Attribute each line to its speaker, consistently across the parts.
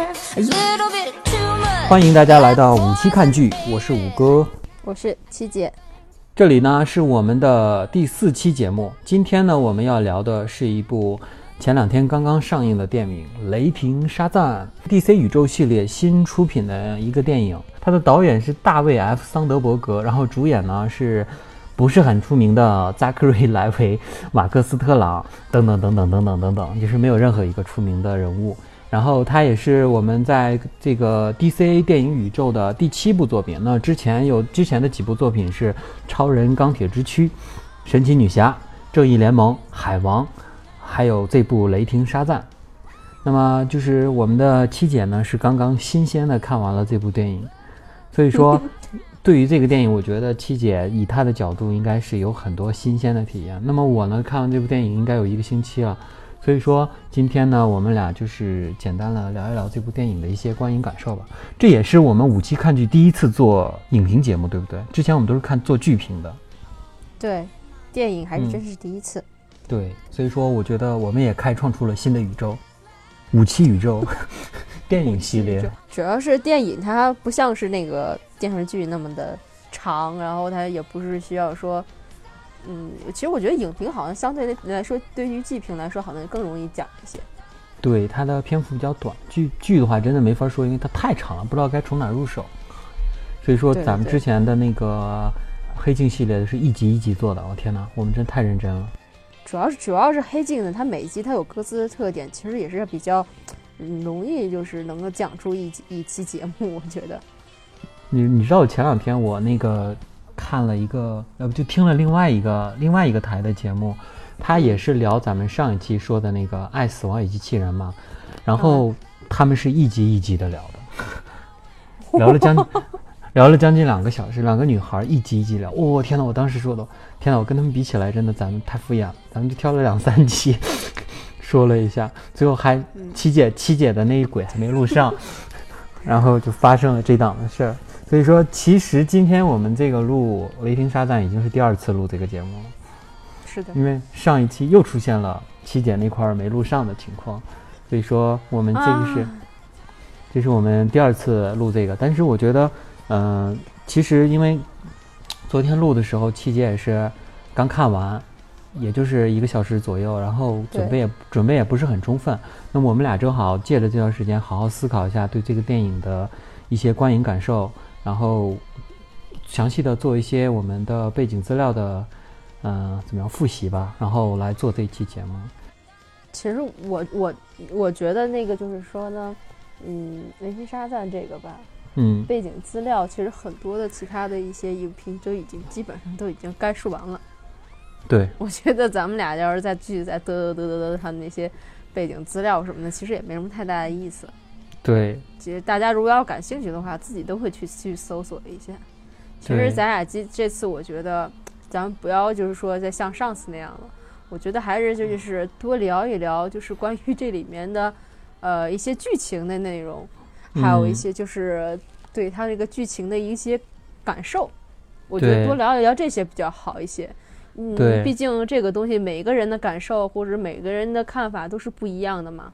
Speaker 1: 欢迎大家来到五期看剧，我是五哥，
Speaker 2: 我是七姐。
Speaker 1: 这里呢是我们的第4期节目。今天呢我们要聊的是一部前2天刚刚上映的电影《雷霆沙赞》， DC 宇宙系列新出品的一个电影。它的导演是大卫 F 桑德伯格，然后主演呢是不是很出名的扎克瑞莱维、马克斯特朗等等等等等等等等，就是没有任何一个出名的人物。然后它也是我们在这个 DC 电影宇宙的第7部作品。那之前的几部作品是超人、钢铁之躯、神奇女侠、正义联盟、海王，还有这部雷霆沙赞。那么就是我们的七姐呢是刚刚新鲜的看完了这部电影，所以说对于这个电影我觉得七姐以她的角度应该是有很多新鲜的体验。那么我呢看完这部电影应该有1个星期了，所以说今天呢我们俩就是简单的聊一聊这部电影的一些观影感受吧。这也是我们5期看剧第一次做影评节目，对不对？之前我们都是做剧评的。
Speaker 2: 对，电影还是真是第一次。
Speaker 1: 对，所以说我觉得我们也开创出了新的宇宙，5期宇宙电影系列。
Speaker 2: 主要是电影它不像是那个电视剧那么的长，然后它也不是需要说其实我觉得影评好像相对来说对于剧评来说好像更容易讲一些。
Speaker 1: 对，它的篇幅比较短，剧的话真的没法说，因为它太长了，不知道该从哪入手。所以说咱们之前的那个黑镜系列是一集一集做的，天哪，我们真太认真了。
Speaker 2: 主要是黑镜呢，它每一集它有各自的特点，其实也是比较容易就是能够讲出一期节目。我觉得
Speaker 1: 你知道我前2天我那个看了一个就听了另外一个台的节目，他也是聊咱们上一期说的那个爱死亡与机器人嘛，然后他们是一集一集的聊的，聊了将近2个小时，2个女孩一集一集聊。天哪，我当时说的天哪，我跟他们比起来真的咱们太敷衍了，咱们就挑了2-3集说了一下，最后还七姐的那一轨还没录上然后就发生了这档的事儿。所以说其实今天我们这个录雷霆沙赞已经是第2次录这个节目了。
Speaker 2: 是的，
Speaker 1: 因为上一期又出现了七姐那块没录上的情况，所以说我们这是我们第2次录这个。但是我觉得其实因为昨天录的时候七姐也是刚看完，也就是1个小时左右，然后准备也不是很充分。那么我们俩正好借着这段时间好好思考一下对这个电影的一些观影感受，然后详细的做一些我们的背景资料的怎么样复习吧，然后来做这一期节目。
Speaker 2: 其实我觉得那个就是说呢雷霆沙赞这个吧，背景资料其实很多的其他的一些影评都已经基本上都已经概述完了。
Speaker 1: 对，
Speaker 2: 我觉得咱们俩要是再继续再嘚他们那些背景资料什么的，其实也没什么太大的意思。
Speaker 1: 对，
Speaker 2: 其实大家如果要感兴趣的话，自己都会去搜索一下。其实咱俩这次我觉得咱们不要就是说再像上次那样了，我觉得还是就是多聊一聊就是关于这里面的一些剧情的内容，还有一些就是对它这个剧情的一些感受，我觉得多聊一聊这些比较好一些。毕竟这个东西每个人的感受或者每个人的看法都是不一样的嘛。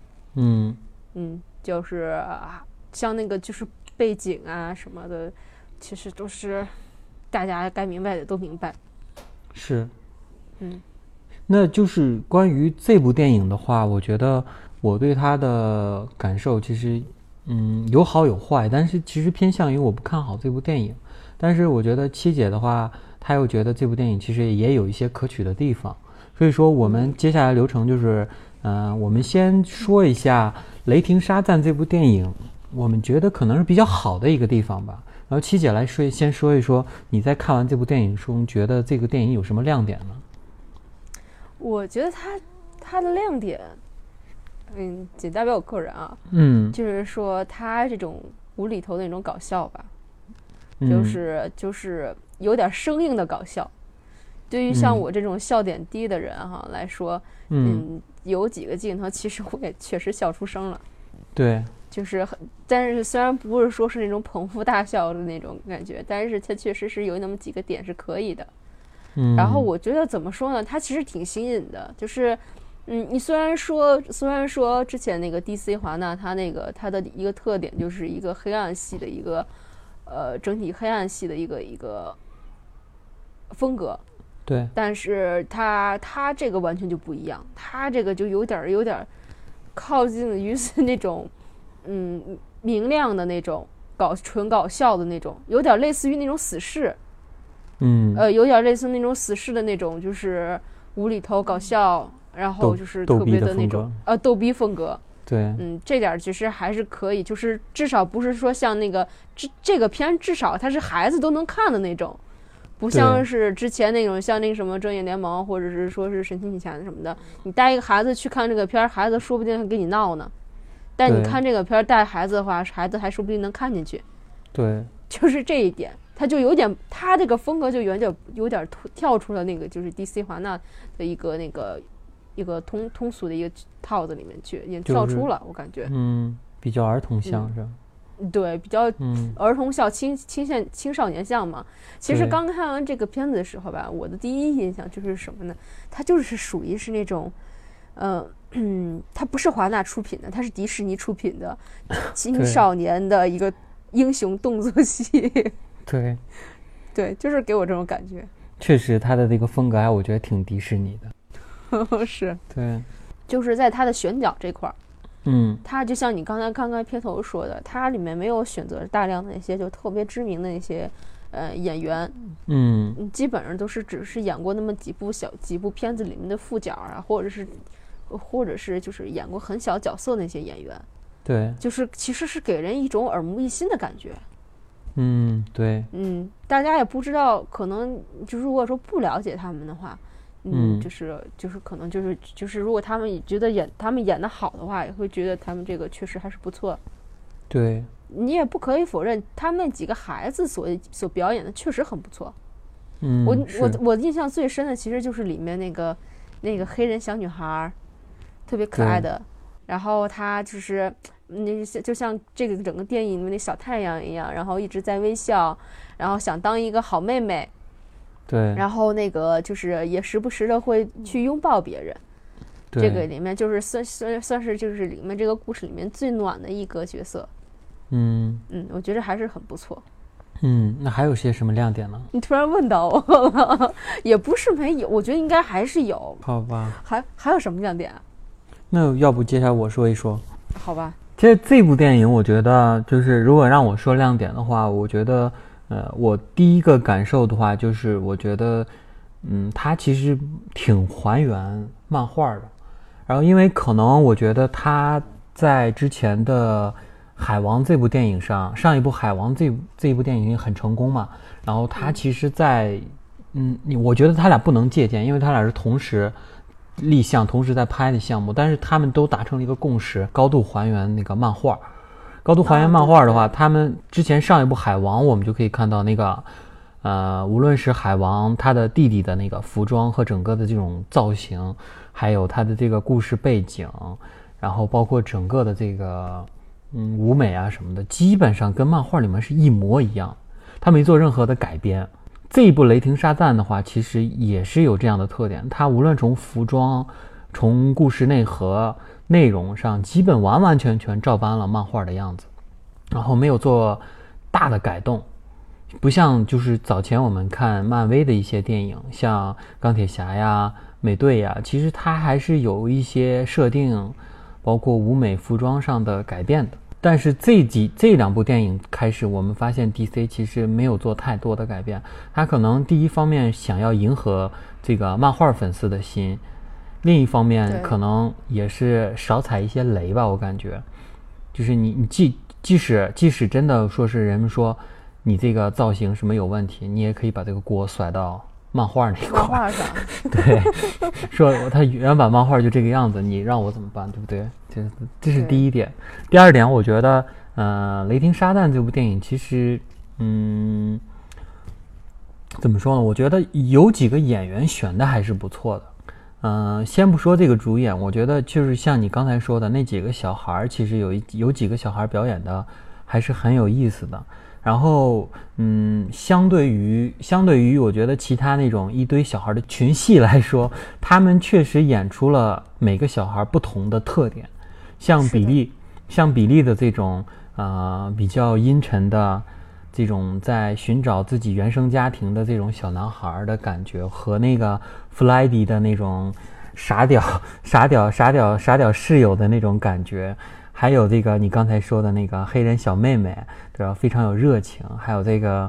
Speaker 2: 就是像那个就是背景啊什么的，其实都是大家该明白的都明白。
Speaker 1: 是，那就是关于这部电影的话，我觉得我对它的感受其实有好有坏，但是其实偏向于我不看好这部电影。但是我觉得七姐的话，她又觉得这部电影其实也有一些可取的地方。所以说我们接下来流程就是我们先说一下雷霆沙赞这部电影我们觉得可能是比较好的一个地方吧。然后七姐来先说一说你在看完这部电影中觉得这个电影有什么亮点呢？
Speaker 2: 我觉得它的亮点仅代表我个人啊，就是说它这种无厘头的那种搞笑吧，就是有点生硬的搞笑。对于像我这种笑点低的人来说，有几个镜头其实我也确实笑出声了。对，就是但是虽然不是说是那种捧腹大笑的那种感觉，但是它确实是有那么几个点是可以的。然后我觉得怎么说呢，它其实挺新颖的，就是你虽然说之前那个 DC 华纳它的一个特点就是一个黑暗系的一个整体黑暗系的一个风格，
Speaker 1: 对，
Speaker 2: 但是它这个完全就不一样，它这个就有点靠近于那种明亮的那种纯搞笑的那种，有点类似于那种死侍，有点类似那种死侍的那种，就是无厘头搞笑，然后就是特别的那种逗逼风格。
Speaker 1: 对，
Speaker 2: 这点其实还是可以，就是至少不是说像那个这个片，至少它是孩子都能看的那种，不像是之前那种像那什么正义联盟或者是说是神奇女侠什么的，你带一个孩子去看这个片，孩子说不定还跟你闹呢。但你看这个片带孩子的话，孩子还说不定能看进去。
Speaker 1: 对，
Speaker 2: 就是这一点，他就有点，他这个风格就有点跳出了那个就是 DC 华纳的一个通俗的一个套子里面去，已经跳出了，我感觉。
Speaker 1: 比较儿童向是吧？
Speaker 2: 对，比较儿童向、青少年向嘛。其实刚看完这个片子的时候吧，我的第一印象就是什么呢？它就是属于是那种，它不是华纳出品的，它是迪士尼出品的青少年的一个英雄动作戏。
Speaker 1: 对，
Speaker 2: 对，就是给我这种感觉。
Speaker 1: 确实，它的这个风格我觉得挺迪士尼的。
Speaker 2: 是。
Speaker 1: 对，
Speaker 2: 就是在它的选角这块儿。它就像你刚才片头说的，它里面没有选择大量的那些就特别知名的那些演员，基本上都是只是演过那么几部片子里面的副角啊，或者是就是演过很小角色那些演员，
Speaker 1: 对，
Speaker 2: 就是其实是给人一种耳目一新的感觉。
Speaker 1: 对，
Speaker 2: 大家也不知道，可能就如果说不了解他们的话。就是可能就是如果他们觉得他们演得好的话，也会觉得他们这个确实还是不错。
Speaker 1: 对，
Speaker 2: 你也不可以否认他们几个孩子所表演的确实很不错。我印象最深的其实就是里面那个黑人小女孩，特别可爱的，然后她就是就像这个整个电影里面那小太阳一样，然后一直在微笑，然后想当一个好妹妹。
Speaker 1: 对，
Speaker 2: 然后那个就是也时不时的会去拥抱别人，这个里面就是算是就是里面这个故事里面最暖的一个角色。我觉得还是很不错。
Speaker 1: 那还有些什么亮点呢？
Speaker 2: 你突然问到我了，也不是没有，我觉得应该还是有。
Speaker 1: 好吧，
Speaker 2: 还有什么亮点啊？
Speaker 1: 那要不接下来我说一说。
Speaker 2: 好吧，
Speaker 1: 其实这部电影我觉得就是如果让我说亮点的话，我觉得我第一个感受的话就是我觉得它其实挺还原漫画的。然后因为可能我觉得它在之前的海王这部电影上一部海王这一部电影很成功嘛，然后它其实在我觉得他俩不能借鉴，因为他俩是同时立项同时在拍的项目，但是他们都达成了一个共识，高度还原那个漫画。高度还原漫画的话，他们之前上一部海王我们就可以看到那个无论是海王他的弟弟的那个服装和整个的这种造型，还有他的这个故事背景，然后包括整个的这个舞美啊什么的，基本上跟漫画里面是一模一样，他没做任何的改编。这一部雷霆沙赞的话其实也是有这样的特点，它无论从服装从故事内核内容上基本完完全全照搬了漫画的样子，然后没有做大的改动，不像就是早前我们看漫威的一些电影，像钢铁侠呀美队呀，其实它还是有一些设定包括舞美服装上的改变的。但是这两部电影开始我们发现 DC 其实没有做太多的改变，它可能第一方面想要迎合这个漫画粉丝的心，另一方面可能也是少踩一些雷吧，我感觉就是你即使真的说是人们说你这个造型什么有问题，你也可以把这个锅甩到漫画那块，
Speaker 2: 漫画上
Speaker 1: 对，说他原版漫画就这个样子，你让我怎么办，对不对？这是第一点。第二点，我觉得雷霆沙赞这部电影其实怎么说呢，我觉得有几个演员选的还是不错的。先不说这个主演，我觉得就是像你刚才说的那几个小孩，其实有几个小孩表演的还是很有意思的。然后相对于我觉得其他那种一堆小孩的群戏来说，他们确实演出了每个小孩不同的特点。像比利的这种比较阴沉的这种在寻找自己原生家庭的这种小男孩的感觉，和那个弗莱迪的那种傻屌室友的那种感觉，还有这个你刚才说的那个黑人小妹妹，对吧？非常有热情，还有这个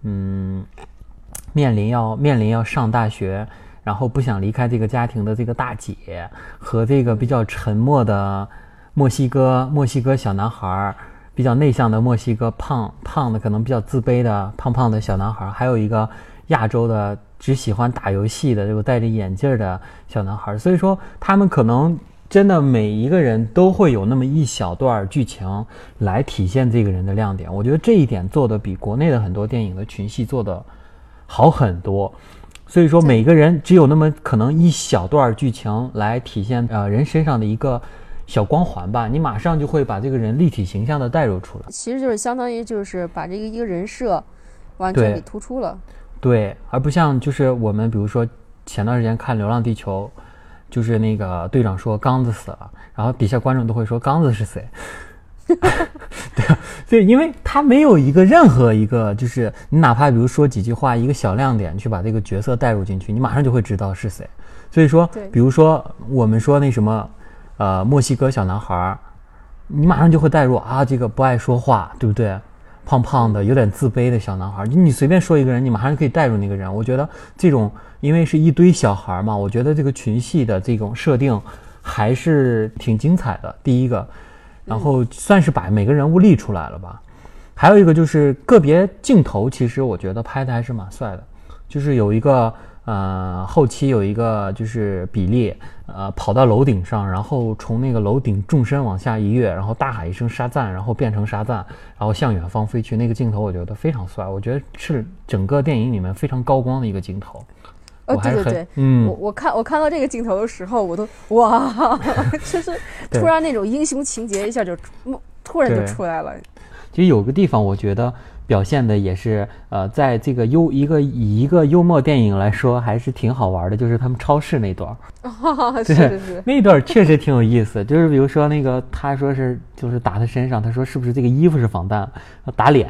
Speaker 1: 面临要上大学，然后不想离开这个家庭的这个大姐，和这个比较沉默的墨西哥小男孩，比较内向的墨西哥胖的可能比较自卑的胖的小男孩，还有一个亚洲的只喜欢打游戏的这个戴着眼镜的小男孩。所以说他们可能真的每一个人都会有那么一小段剧情来体现这个人的亮点。我觉得这一点做的比国内的很多电影的群戏做的好很多。所以说每个人只有那么可能一小段剧情来体现人身上的一个小光环吧，你马上就会把这个人立体形象的带入出来。
Speaker 2: 其实就是相当于就是把这一个人设完全给突出了。
Speaker 1: 对，而不像就是我们比如说前段时间看《流浪地球》，就是那个队长说刚子死了，然后底下观众都会说刚子是谁？对啊，所以因为他没有任何一个就是你哪怕比如说几句话一个小亮点去把这个角色带入进去，你马上就会知道是谁。所以说比如说我们说那什么墨西哥小男孩，你马上就会带入这个不爱说话，对不对？胖的有点自卑的小男孩，你随便说一个人你马上就可以带入那个人。我觉得这种因为是一堆小孩嘛，我觉得这个群戏的这种设定还是挺精彩的，第一个，然后算是把每个人物立出来了吧。还有一个就是个别镜头，其实我觉得拍的还是蛮帅的，就是有一个后期有一个就是比利跑到楼顶上，然后从那个楼顶纵身往下一跃，然后大喊一声沙赞，然后变成沙赞，然后向远方飞去，那个镜头我觉得非常帅，我觉得是整个电影里面非常高光的一个镜头。
Speaker 2: 对，我看到这个镜头的时候，我都哇，就是突然那种英雄情节一下就突然就出来了。
Speaker 1: 其实有个地方我觉得表现的也是在这个以一个幽默电影来说还是挺好玩的，就是他们超市那段。
Speaker 2: 是
Speaker 1: 那段确实挺有意思，就是比如说那个他说是就是打他身上，他说是不是这个衣服是防弹，打脸。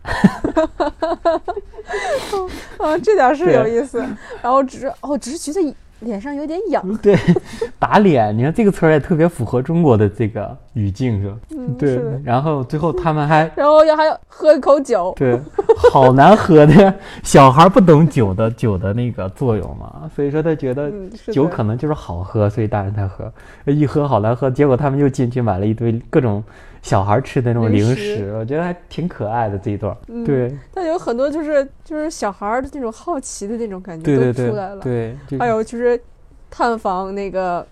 Speaker 2: 这点是有意思。然后只是觉得脸上有点痒。
Speaker 1: 对，打脸，你看这个词儿也特别符合中国的这个语境，是吧？对。然后最后他们还
Speaker 2: 然后还要喝一口酒。
Speaker 1: 对，好难喝的，小孩不懂酒的那个作用嘛，所以说他觉得酒可能就是好喝，所以大人才喝，一喝好难喝，结果他们又进去买了一堆各种小孩吃的那种零食，我觉得还挺可爱的这一段。对，
Speaker 2: 但有很多就是小孩的那种好奇的那种感觉都出来了。
Speaker 1: 对，
Speaker 2: 还有就是探访那个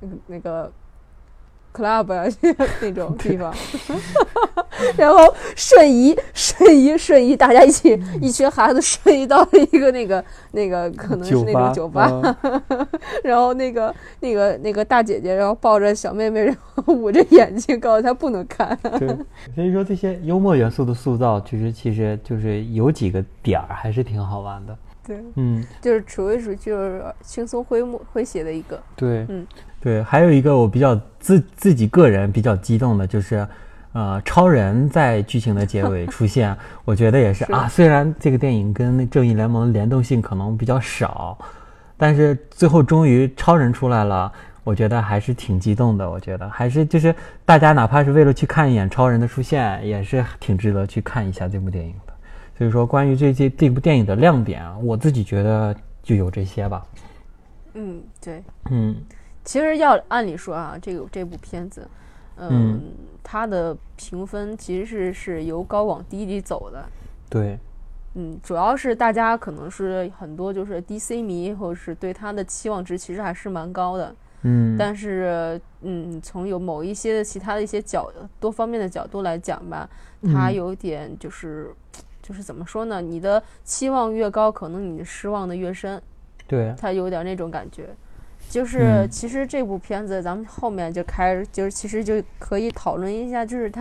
Speaker 2: club 啊那种地方，然后瞬移，大家一群孩子瞬移到了一个那个可能是那种酒吧，然后那个大姐姐然后抱着小妹妹，然后捂着眼睛告诉她不能看。
Speaker 1: 对，所以说这些幽默元素的塑造其实就是有几个点儿还是挺好玩的。
Speaker 2: 对，就是属于就是轻松诙谐的一个。
Speaker 1: 对，对，还有一个我比较自己个人比较激动的就是超人在剧情的结尾出现，我觉得也是虽然这个电影跟正义联盟的联动性可能比较少，但是最后终于超人出来了，我觉得还是挺激动的。我觉得还是就是大家哪怕是为了去看一眼超人的出现，也是挺值得去看一下这部电影的。所以说关于这部电影的亮点我自己觉得就有这些吧。
Speaker 2: 对，其实要按理说这部片子它的评分其实是由高往低里走的。
Speaker 1: 对，
Speaker 2: 主要是大家可能是很多就是 DC 迷，或者是对它的期望值其实还是蛮高的。但是从有某一些的其他的一些多方面的角度来讲吧，它有点就是怎么说呢？你的期望越高，可能你失望的越深。
Speaker 1: 对，
Speaker 2: 它有点那种感觉。就是其实这部片子咱们后面就是其实就可以讨论一下，就是它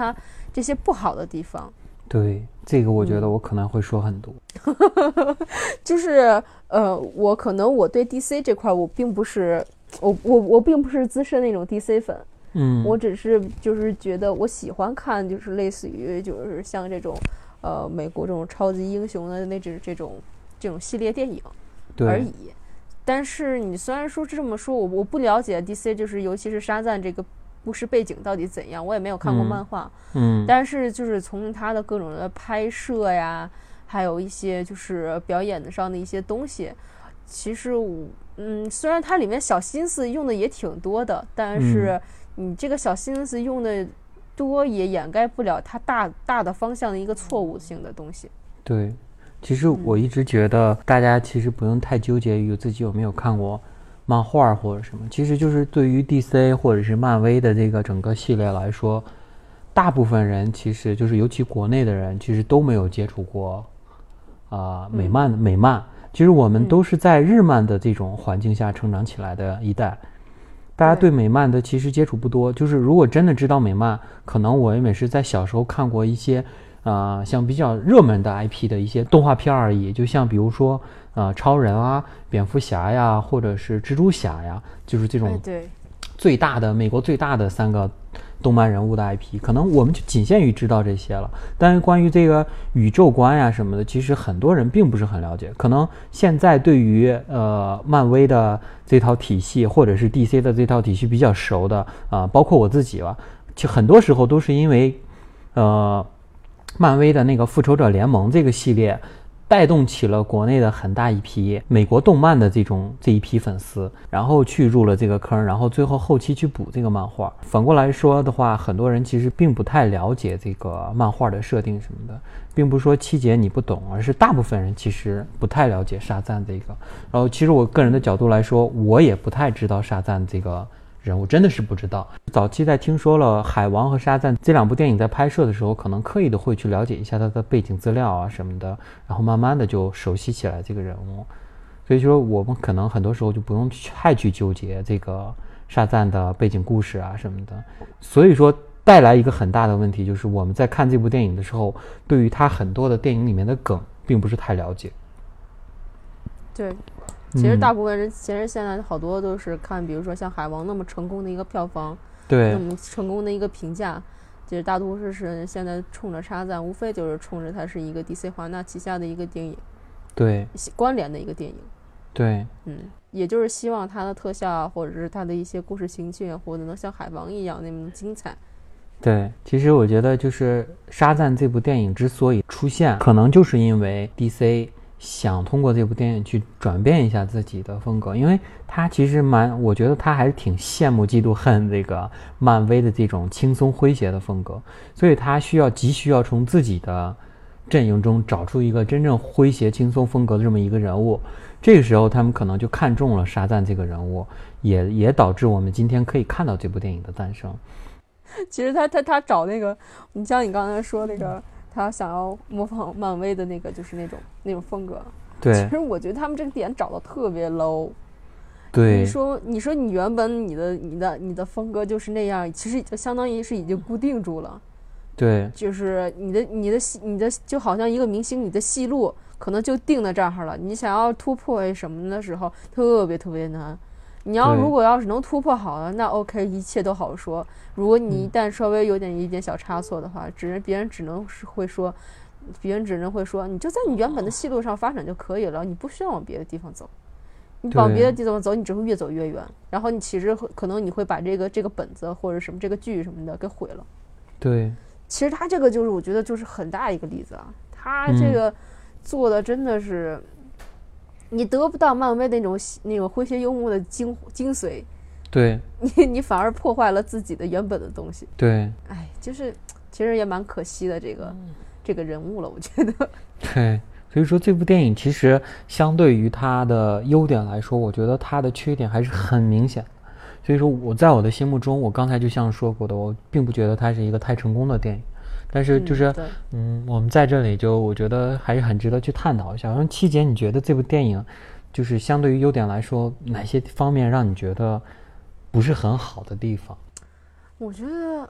Speaker 2: 这些不好的地方。
Speaker 1: 对，这个我觉得我可能会说很多。
Speaker 2: 就是我可能我对 DC 这块我并不是我并不是资深那种 DC 粉，我只是就是觉得我喜欢看就是类似于就是像这种美国这种超级英雄的这种系列电影而已。但是你虽然说这么说，我不了解 DC， 就是尤其是沙赞这个故事背景到底怎样，我也没有看过漫画，但是就是从他的各种的拍摄呀，还有一些就是表演上的一些东西，其实虽然它里面小心思用的也挺多的，但是你这个小心思用的多也掩盖不了它大的方向的一个错误性的东西。
Speaker 1: 对，其实我一直觉得大家其实不用太纠结于自己有没有看过漫画或者什么，其实就是对于 DC 或者是漫威的这个整个系列来说，大部分人其实就是尤其国内的人其实都没有接触过美漫，其实我们都是在日漫的这种环境下成长起来的一代，大家对美漫的其实接触不多，就是如果真的知道美漫，可能我也是在小时候看过一些像比较热门的 IP 的一些动画片而已，就像比如说超人啊、蝙蝠侠呀，或者是蜘蛛侠呀，就是这种最大的美国最大的3个动漫人物的 IP， 可能我们就仅限于知道这些了。但是关于这个宇宙观呀什么的，其实很多人并不是很了解。可能现在对于漫威的这套体系，或者是 DC 的这套体系比较熟的包括我自己吧，就很多时候都是因为漫威的那个复仇者联盟这个系列带动起了国内的很大一批美国动漫的这一批粉丝，然后去入了这个坑，然后最后后期去补这个漫画。反过来说的话，很多人其实并不太了解这个漫画的设定什么的，并不是说七姐你不懂，而是大部分人其实不太了解沙赞这个。然后其实我个人的角度来说，我也不太知道沙赞这个人物，真的是不知道。早期在听说了海王和沙赞这2部电影在拍摄的时候，可能刻意的会去了解一下他的背景资料啊什么的，然后慢慢的就熟悉起来这个人物。所以说我们可能很多时候就不用太去纠结这个沙赞的背景故事啊什么的。所以说带来一个很大的问题，就是我们在看这部电影的时候，对于他很多的电影里面的梗并不是太了解。
Speaker 2: 对，其实大部分人其实现在好多都是看比如说像海王那么成功的一个票房，
Speaker 1: 对，
Speaker 2: 那么成功的一个评价，其实大多数是现在冲着沙赞，无非就是冲着它是一个 DC 华纳旗下的一个电影，
Speaker 1: 对，
Speaker 2: 关联的一个电影。
Speaker 1: 对，
Speaker 2: 也就是希望它的特效或者是它的一些故事情绪或者能像海王一样那么精彩。
Speaker 1: 对，其实我觉得就是沙赞这部电影之所以出现，可能就是因为 DC 想通过这部电影去转变一下自己的风格，因为他其实我觉得他还是挺羡慕嫉妒恨这个漫威的这种轻松诙谐的风格，所以他急需要从自己的阵营中找出一个真正诙谐轻松风格的这么一个人物。这个时候他们可能就看中了沙赞这个人物，也导致我们今天可以看到这部电影的诞生。
Speaker 2: 其实他找那个，你像你刚才说那个，他想要模仿漫威的那个，就是那种风格。
Speaker 1: 对，
Speaker 2: 其实我觉得他们这个点找的特别 low。
Speaker 1: 对，
Speaker 2: 你说你原本你的风格就是那样，其实相当于是已经固定住了。
Speaker 1: 对，
Speaker 2: 就是你的就好像一个明星，你的戏路可能就定在这儿了，你想要突破什么的时候特别特别难。你如果要是能突破好了，那 OK， 一切都好说。如果你一旦稍微有一点小差错的话，别人只能会说，你就在你原本的戏路上发展就可以了，你不需要往别的地方走。你往别的地方走，你只会越走越远。然后你其实可能你会把这个本子或者什么这个剧什么的给毁了。对，其实他这个就是我觉得就是很大一个例子啊，他这个做的真的是。你得不到漫威那种诙谐幽默的精髓，对，你反而破坏了自己的原本的东西。对，哎，就是其实也蛮可惜的这个人物了，我觉得。
Speaker 1: 对，所以说这部电影其实相对于它的优点来说，我觉得它的缺点还是很明显的。所以说我在我的心目中，我刚才就像说过的，我并不觉得它是一个太成功的电影。但是就是我们在这里就我觉得还是很值得去探讨一下。七姐，你觉得这部电影就是相对于优点来说，哪些方面让你觉得不是很好的地方？
Speaker 2: 我觉得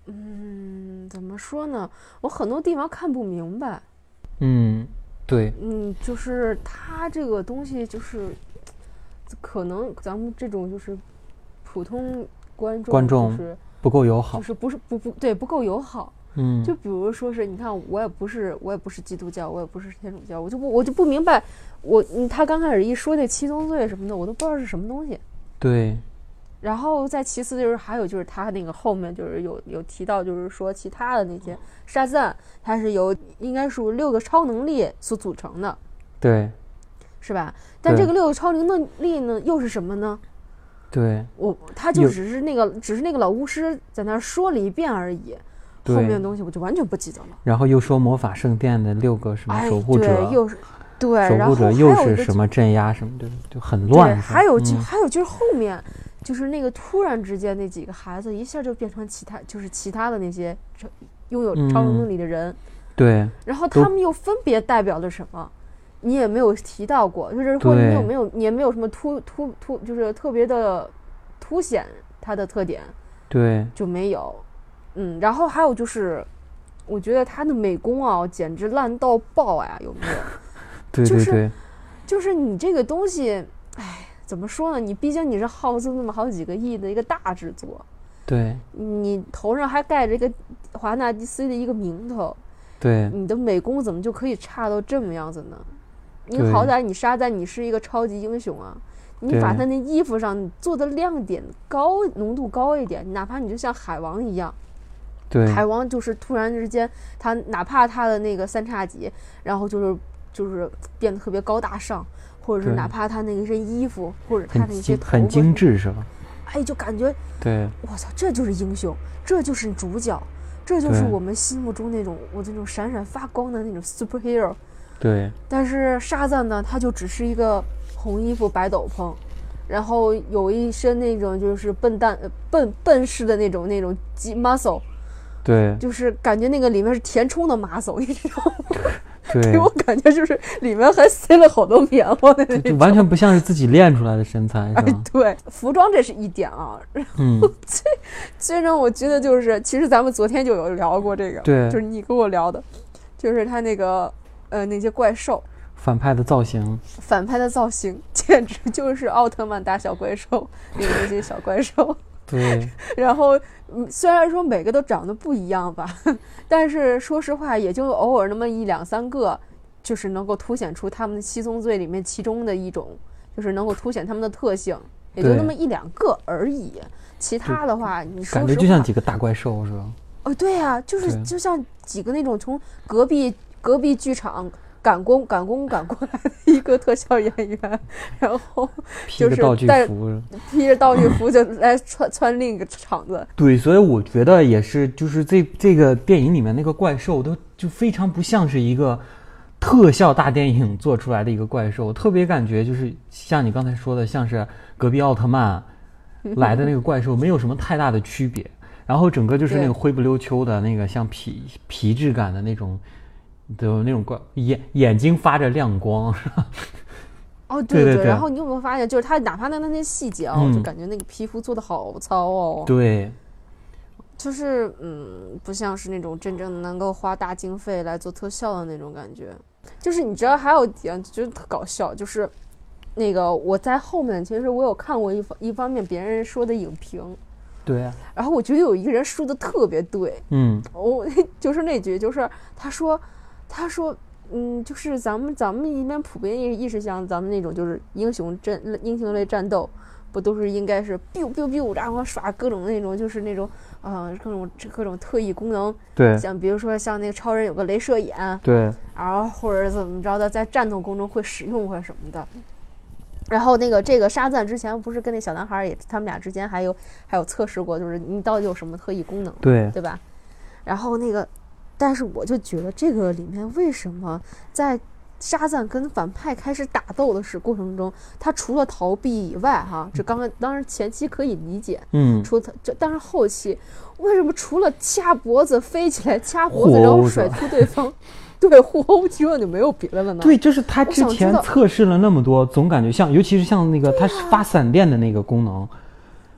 Speaker 2: 怎么说呢？我很多地方看不明白。
Speaker 1: 对。
Speaker 2: 就是它这个东西，就是可能咱们这种就是普通观众就是
Speaker 1: 不够友好，
Speaker 2: 就是不够友好。就比如说是，你看我也不是基督教，我也不是天主教，我就不明白，他刚开始一说那七宗罪什么的，我都不知道是什么东西。
Speaker 1: 对。
Speaker 2: 然后再其次就是还有就是他那个后面就是有提到，就是说其他的那些沙赞，它是由应该属于6个超能力所组成的，
Speaker 1: 对，
Speaker 2: 是吧？但这个6个超能力呢又是什么呢？
Speaker 1: 对，
Speaker 2: 他就只是那个老巫师在那说了一遍而已，后面的东西我就完全不记得了。
Speaker 1: 然后又说魔法圣殿的6个什么守护者，
Speaker 2: 对，
Speaker 1: 守护者又是什么镇压什么的，就很乱。
Speaker 2: 还有就是后面就是那个突然之间那几个孩子一下就变成其他的那些拥有超能力的人。
Speaker 1: 对。
Speaker 2: 然后他们又分别代表了什么？你也没有提到过，就是或者你也没有什么就是特别的凸显它的特点。
Speaker 1: 对。
Speaker 2: 就没有。然后还有就是，我觉得他的美工啊，简直烂到爆呀！有没有？
Speaker 1: 对对对。
Speaker 2: 就是你这个东西，怎么说呢？你毕竟你是耗资那么好几个亿的一个大制作，
Speaker 1: 对，
Speaker 2: 你头上还盖着一个华纳迪斯的一个名头，
Speaker 1: 对，
Speaker 2: 你的美工怎么就可以差到这么样子呢？你好歹你沙赞你是一个超级英雄啊，你把他那衣服上做的亮点浓度高一点，哪怕你就像海王一样。
Speaker 1: 对，
Speaker 2: 海王就是突然之间，他哪怕他的那个3叉戟，然后就是变得特别高大上，或者是哪怕他那一身衣服，或者他那些头发
Speaker 1: 很精致，是吧？
Speaker 2: 就感觉
Speaker 1: 对，
Speaker 2: 我操，这就是英雄，这就是主角，这就是我们心目中那种这种闪闪发光的那种 superhero。
Speaker 1: 对。但
Speaker 2: 是沙赞呢，他就只是一个红衣服白斗篷，然后有一身那种就是笨式的那种muscle。
Speaker 1: 对，
Speaker 2: 就是感觉那个里面是填充的muscle，你知道吗？
Speaker 1: 对，
Speaker 2: 给我感觉就是里面还塞了好多棉花的那种，
Speaker 1: 就完全不像是自己练出来的身材，是吧？
Speaker 2: 对，服装这是一点啊。然后最让我觉得就是，其实咱们昨天就有聊过这个，
Speaker 1: 对，
Speaker 2: 就是你跟我聊的，就是他那个那些怪兽
Speaker 1: 反派的造型
Speaker 2: 简直就是奥特曼打小怪兽那些小怪兽。
Speaker 1: 对。
Speaker 2: 然后虽然说每个都长得不一样吧，但是说实话也就偶尔那么1、2、3个，就是能够凸显出他们的七宗罪里面其中的一种，就是能够凸显他们的特性，也就那么1、2个而已。其他的话你说实话
Speaker 1: 感觉就像几个大怪兽，是吧？
Speaker 2: 对啊，就像几个那种从隔壁剧场赶过来的一个特效演员，然后就是披着道具服就来穿另一个场子。
Speaker 1: 对，所以我觉得也是，就是这个电影里面那个怪兽都就非常不像是一个特效大电影做出来的一个怪兽，特别感觉就是像你刚才说的，像是隔壁奥特曼来的那个怪兽，没有什么太大的区别。然后整个就是那个灰不溜秋的那个像皮质感的那种。的那种怪眼睛发着亮光，是吧？
Speaker 2: 对，然后你有没有发现，就是他哪怕那些细节我就感觉那个皮肤做的好糙哦。
Speaker 1: 对，
Speaker 2: 就是不像是那种真正能够花大经费来做特效的那种感觉。就是你知道还有一点觉得特搞笑，就是那个我在后面其实我有看过一方面别人说的影评。
Speaker 1: 对啊。
Speaker 2: 然后我觉得有一个人说的特别对。就是那句，就是他说就是咱们一般普遍意识像咱们那种就是英雄类战斗，不都是应该是 biu biu biu， 然后耍各种那种就是那种各种特异功能。
Speaker 1: 对，
Speaker 2: 像比如说像那个超人有个镭射眼。
Speaker 1: 对，
Speaker 2: 然后或者怎么着的，在战斗过程中会使用或者什么的。然后这个沙赞之前不是跟那小男孩他们俩之间还有测试过，就是你到底有什么特异功能，对吧？然后但是我就觉得这个里面为什么在沙赞跟反派开始打斗的过程中，他除了逃避以外这当然前期可以理解，但是后期为什么除了掐脖子飞起来掐脖子然后甩出对方对互殴之外就没有别的了呢？
Speaker 1: 对，就是他之前测试了那么多，总感觉像尤其是像那个他发闪电的那个功能，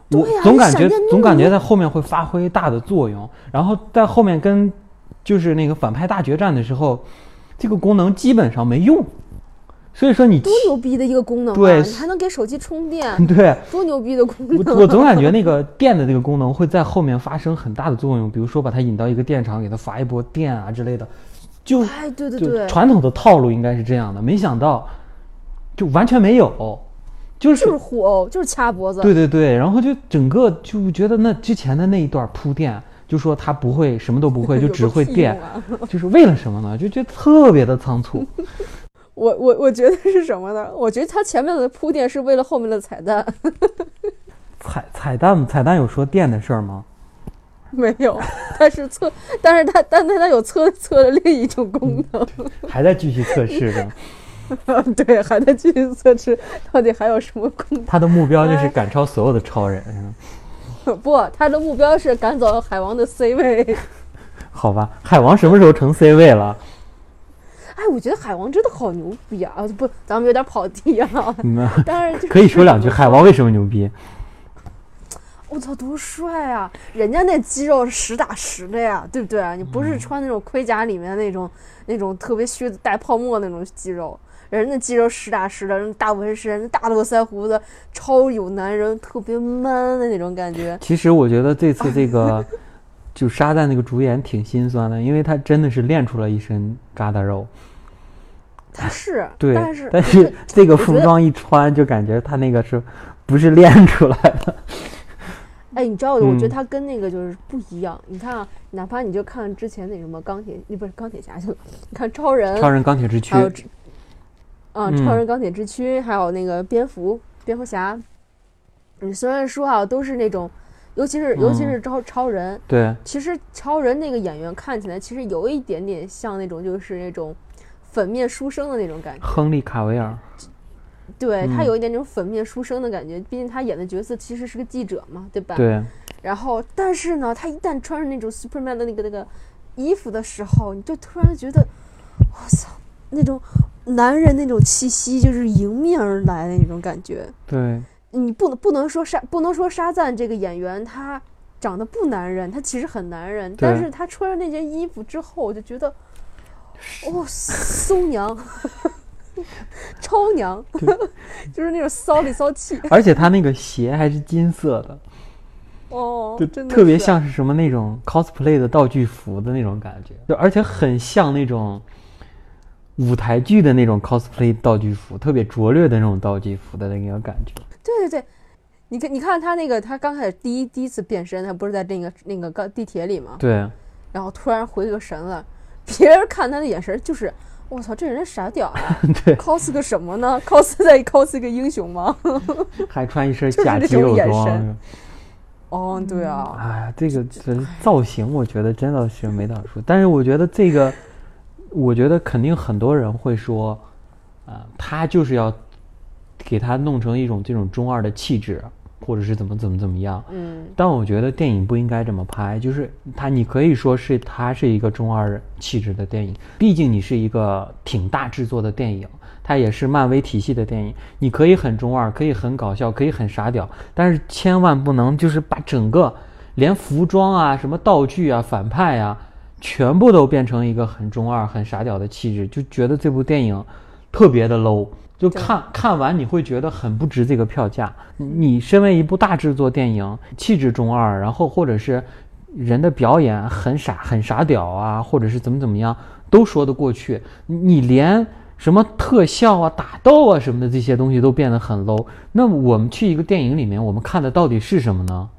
Speaker 1: 我总感觉在后面会发挥大的作用，然后在后面跟就是那个反派大决战的时候，这个功能基本上没用。所以说你
Speaker 2: 多牛逼的一个功能啊！
Speaker 1: 对，
Speaker 2: 你还能给手机充电，
Speaker 1: 对，
Speaker 2: 多牛逼的功能！
Speaker 1: 我总感觉那个电的这个功能会在后面发生很大的作用，比如说把它引到一个电厂，给它发一波电啊之类的。对，传统的套路应该是这样的，没想到就完全没有，就是
Speaker 2: 互殴，就是掐脖子。
Speaker 1: 对，然后就整个就觉得那之前的那一段铺垫，就说他不会什么都不会，就只会电，就是为了什么呢？就觉得特别的仓促。
Speaker 2: 我觉得是什么呢？我觉得他前面的铺垫是为了后面的彩蛋。
Speaker 1: 彩蛋有说电的事儿吗？
Speaker 2: 没有，但是他有测的另一种功能，
Speaker 1: 还在继续测试
Speaker 2: 的。对，还在继续测试，到底还有什么功能？
Speaker 1: 他的目标就是赶超所有的超人。
Speaker 2: 不，他的目标是赶走海王的 C 位。
Speaker 1: 好吧，海王什么时候成 C 位了？
Speaker 2: 哎，我觉得海王真的好牛逼啊！不，咱们有点跑题啊。但是
Speaker 1: 可以说两句，海王为什么牛逼？
Speaker 2: 我操，多帅啊！人家那肌肉是实打实的呀，对不对啊？你不是穿那种盔甲里面那种特别虚的带泡沫那种肌肉，人家肌肉实打实的，人大纹身、大络腮胡子，超有男人，特别 man 的那种感觉。
Speaker 1: 其实我觉得这次这个就沙赞那个主演挺心酸的，因为他真的是练出了一身疙瘩肉。
Speaker 2: 他是
Speaker 1: 对，
Speaker 2: 但
Speaker 1: 是这个服装一穿就感觉他那个是不是练出来的？
Speaker 2: 哎，你知道，我觉得他跟那个就是不一样。你看啊，哪怕你就看之前那什么不是钢铁侠去了，你看超人
Speaker 1: 钢铁之躯，
Speaker 2: 还有超人钢铁之躯，还有那个蝙蝠侠。你虽然说啊，都是那种，尤其是超人，
Speaker 1: 对，
Speaker 2: 其实超人那个演员看起来其实有一点点像那种就是那种粉面书生的那种感觉，
Speaker 1: 亨利卡维尔。
Speaker 2: 对，他有一点那种粉面书生的感觉，毕竟他演的角色其实是个记者嘛，对吧？
Speaker 1: 对。
Speaker 2: 然后，但是呢，他一旦穿上那种 Superman 的那个衣服的时候，你就突然觉得，我操，那种男人那种气息就是迎面而来的那种感觉。
Speaker 1: 对。
Speaker 2: 你不能说沙赞这个演员他长得不男人，他其实很男人，但是他穿上那件衣服之后，我就觉得，哦，松娘。超娘，就是那种骚里骚气，
Speaker 1: 而且他那个鞋还是金色的，
Speaker 2: 哦，真的
Speaker 1: 特别像是什么那种 cosplay 的道具服的那种感觉，就而且很像那种舞台剧的那种 cosplay 道具服，特别拙劣的那种道具服的那个感觉。
Speaker 2: 对，你看他那个，他刚开始第一次变身，他不是在那个地铁里吗？
Speaker 1: 对，
Speaker 2: 然后突然回个神了，别人看他的眼神就是。我操，这人傻屌啊！
Speaker 1: 对
Speaker 2: ，cos 个什么呢 ？cos 个英雄吗？
Speaker 1: 还穿一身假肌肉装。
Speaker 2: 哦，对啊。
Speaker 1: 哎呀，这个造型，我觉得真的是没得说。但是我觉得这个，我觉得肯定很多人会说，他就是要给他弄成一种这种中二的气质。或者是怎么样，但我觉得电影不应该这么拍，就是你可以说是它是一个中二气质的电影，毕竟你是一个挺大制作的电影，它也是漫威体系的电影，你可以很中二，可以很搞笑，可以很傻屌，但是千万不能就是把整个连服装啊、什么道具啊、反派啊，全部都变成一个很中二、很傻屌的气质，就觉得这部电影特别的 low。就看完你会觉得很不值这个票价。你身为一部大制作电影，气质中二，然后或者是人的表演很傻屌啊，或者是怎么样都说得过去。你连什么特效啊、打斗啊什么的这些东西都变得很 low。那我们去一个电影里面，我们看的到底是什么呢？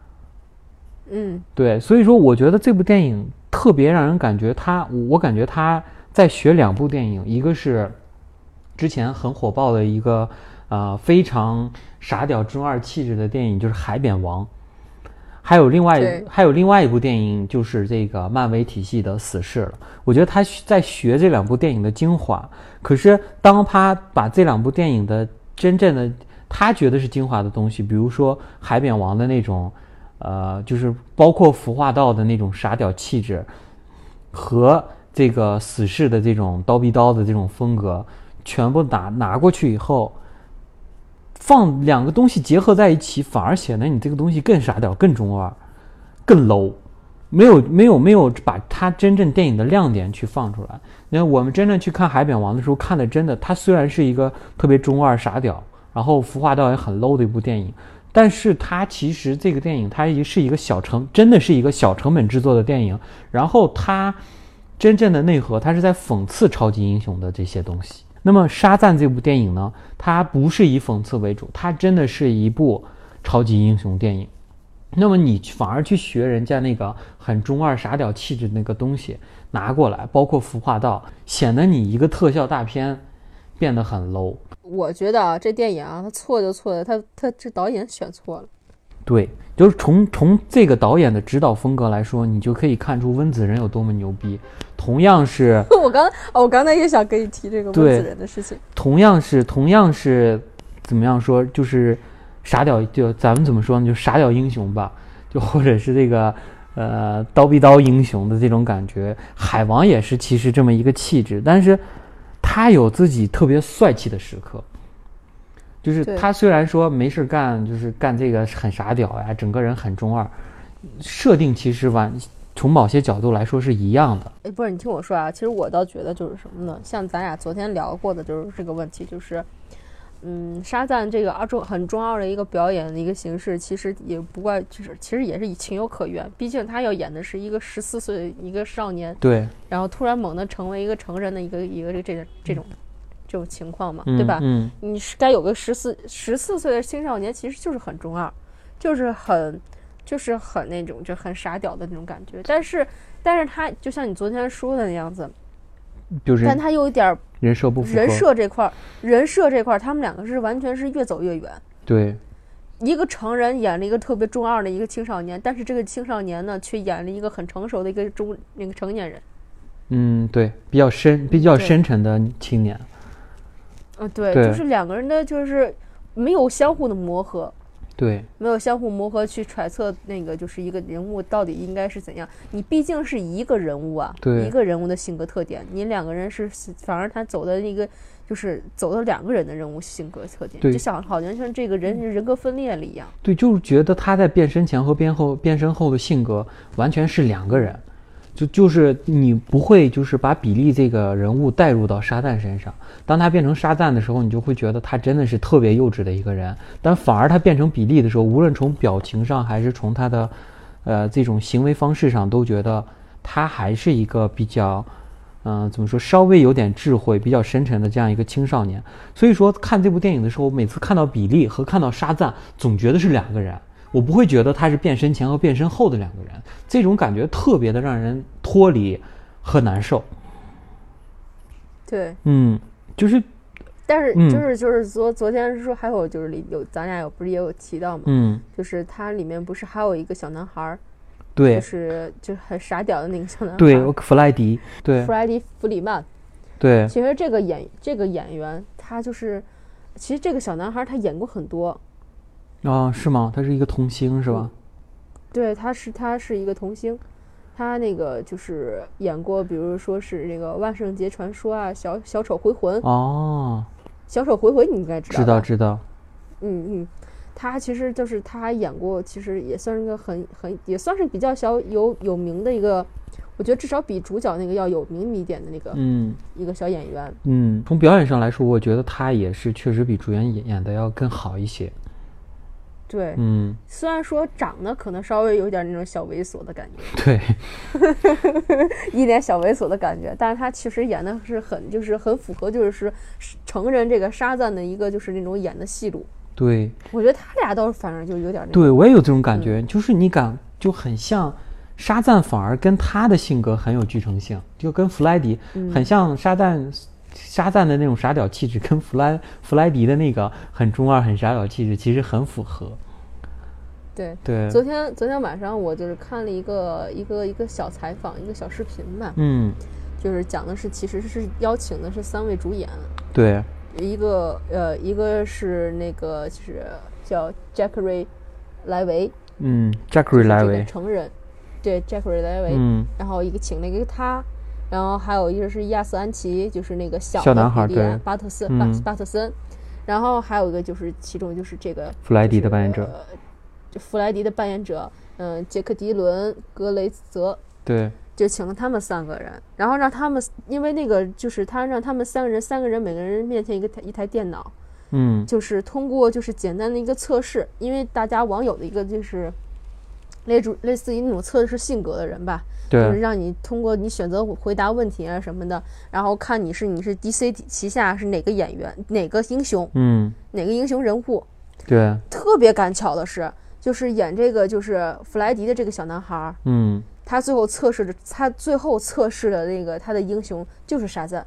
Speaker 1: 对，所以说我觉得这部电影特别让人感觉我感觉他在学两部电影，一个是之前很火爆的一个非常傻屌中二气质的电影，就是《海扁王》，还有另外一部电影就是这个漫威体系的《死侍》了。我觉得他在学这两部电影的精华，可是当他把这两部电影的真正的他觉得是精华的东西，比如说《海扁王》的那种就是包括服化道的那种傻屌气质，和这个死侍的这种刀逼刀的这种风格全部拿过去以后， 放两个东西结合在一起，反而显得你这个东西更傻屌、更中二、更 low， 没有把它真正电影的亮点去放出来。那我们真正去看《海扁王》的时候，看的真的，它虽然是一个特别中二傻屌，然后服化道也很 low 的一部电影，但是它其实这个电影它是一个真的是一个小成本制作的电影，然后它真正的内核，它是在讽刺超级英雄的这些东西。那么《沙赞》这部电影呢，它不是以讽刺为主，它真的是一部超级英雄电影。那么你反而去学人家那个很中二傻屌气质那个东西拿过来，包括服化道，显得你一个特效大片变得很 low。
Speaker 2: 我觉得啊，这电影啊，他错就错的，他这导演选错了。
Speaker 1: 对，就是从这个导演的指导风格来说，你就可以看出温子仁有多么牛逼。同样是
Speaker 2: 我刚才也想跟你提这个温子仁的事情。
Speaker 1: 同样是怎么样说，就是傻屌，就咱们怎么说呢，就傻屌英雄吧，就或者是这个刀逼刀英雄的这种感觉。海王也是其实这么一个气质，但是他有自己特别帅气的时刻。就是他虽然说没事干，就是干这个很傻屌呀，整个人很中二，设定其实从某些角度来说是一样的。
Speaker 2: 不是，你听我说啊，其实我倒觉得就是什么呢？像咱俩昨天聊过的就是这个问题，就是沙赞这个很中二的一个表演的一个形式，其实也不怪，就是其实也是情有可原。毕竟他要演的是一个14岁的一个少年，
Speaker 1: 对，
Speaker 2: 然后突然猛地成为一个成人的一个这种情况嘛，对吧？你是该有个14岁的青少年，其实就是很中二，就是很那种就很傻屌的那种感觉。但是他就像你昨天说的那样子，
Speaker 1: 就是
Speaker 2: 但他有一点
Speaker 1: 人设不符合。
Speaker 2: 人设这块他们两个是完全是越走越远。
Speaker 1: 对，
Speaker 2: 一个成人演了一个特别中二的一个青少年，但是这个青少年呢却演了一个很成熟的一个成年人。
Speaker 1: 对，比较深沉的青年。
Speaker 2: 对，就是两个人的就是没有相互的磨合。
Speaker 1: 对，没
Speaker 2: 有相互磨合去揣测那个就是一个人物到底应该是怎样。你毕竟是一个人物啊，
Speaker 1: 对，
Speaker 2: 一个人物的性格特点，你两个人是反而他走的那个就是走的两个人的人物性格特点，就好像这个人格分裂了一样。
Speaker 1: 对，就是觉得他在变身前和变身后的性格完全是两个人。就是你不会就是把比利这个人物带入到沙赞身上，当他变成沙赞的时候，你就会觉得他真的是特别幼稚的一个人，但反而他变成比利的时候，无论从表情上还是从他的这种行为方式上，都觉得他还是一个比较怎么说，稍微有点智慧比较深沉的这样一个青少年。所以说看这部电影的时候，每次看到比利和看到沙赞总觉得是两个人，我不会觉得他是变身前和变身后的两个人，这种感觉特别的让人脱离和难受。
Speaker 2: 对，
Speaker 1: 就是
Speaker 2: 但是就是昨天说还有就是咱俩不是也有提到嘛，就是它里面不是还有一个小男孩，
Speaker 1: 对，
Speaker 2: 就是很傻屌的那个小男孩，
Speaker 1: 对，弗莱迪，对，
Speaker 2: 弗莱迪·弗里曼，
Speaker 1: 对，
Speaker 2: 其实这个演员他就是其实这个小男孩他演过很多。
Speaker 1: 是吗？他是一个童星是吧？
Speaker 2: 对，他是一个童星，他那个就是演过，比如说是这个《万圣节传说》啊，小丑回魂。小丑回魂你应该知道吧？
Speaker 1: 知道。
Speaker 2: 他其实就是他还演过，其实也算是个也算是比较有名的一个，我觉得至少比主角那个要有名一点的那个一个小演员。
Speaker 1: 从表演上来说，我觉得他也是确实比主演演的要更好一些。
Speaker 2: 对，虽然说长得可能稍微有点那种小猥琐的感觉，
Speaker 1: 对，
Speaker 2: 一点小猥琐的感觉，但是他其实演的是很符合就是成人这个沙赞的一个就是那种演的戏路。
Speaker 1: 对，
Speaker 2: 我觉得他俩倒是反正就有点那种。
Speaker 1: 对，我也有这种感觉，就是你就很像沙赞，反而跟他的性格很有具成性，就跟弗莱迪很像。沙赞的那种傻屌气质跟弗莱迪的那个很中二很傻屌气质其实很符合。
Speaker 2: 对，昨天晚上我就是看了一个小采访，一个小视频吧，就是讲的是其实是邀请的是3位主演。
Speaker 1: 对，
Speaker 2: 一个是那个就是叫 Jackery 莱维
Speaker 1: ，Jackery 莱维
Speaker 2: 成人，对 Jackery 莱维，然后请了一个他。然后还有一个是亚瑟安琪，就是那个小
Speaker 1: 男孩，对，
Speaker 2: 巴特森， 然后还有一个就是其中就是这个
Speaker 1: 弗莱迪的扮演者，
Speaker 2: 弗莱迪的扮演者，杰克迪伦格雷泽，
Speaker 1: 对，
Speaker 2: 就请了他们3个人，然后让他们，因为那个就是他让他们3个人每个人面前一台电脑，就是通过就是简单的一个测试，因为大家网友的一个就是类似于那种测试性格的人吧，
Speaker 1: 对，
Speaker 2: 就是让你通过你选择回答问题啊什么的，然后看你是 DC 旗下是哪个演员哪个英雄，哪个英雄人物，
Speaker 1: 对，
Speaker 2: 特别赶巧的是，就是演这个就是弗莱迪的这个小男孩，他最后测试的那个他的英雄就是沙赞，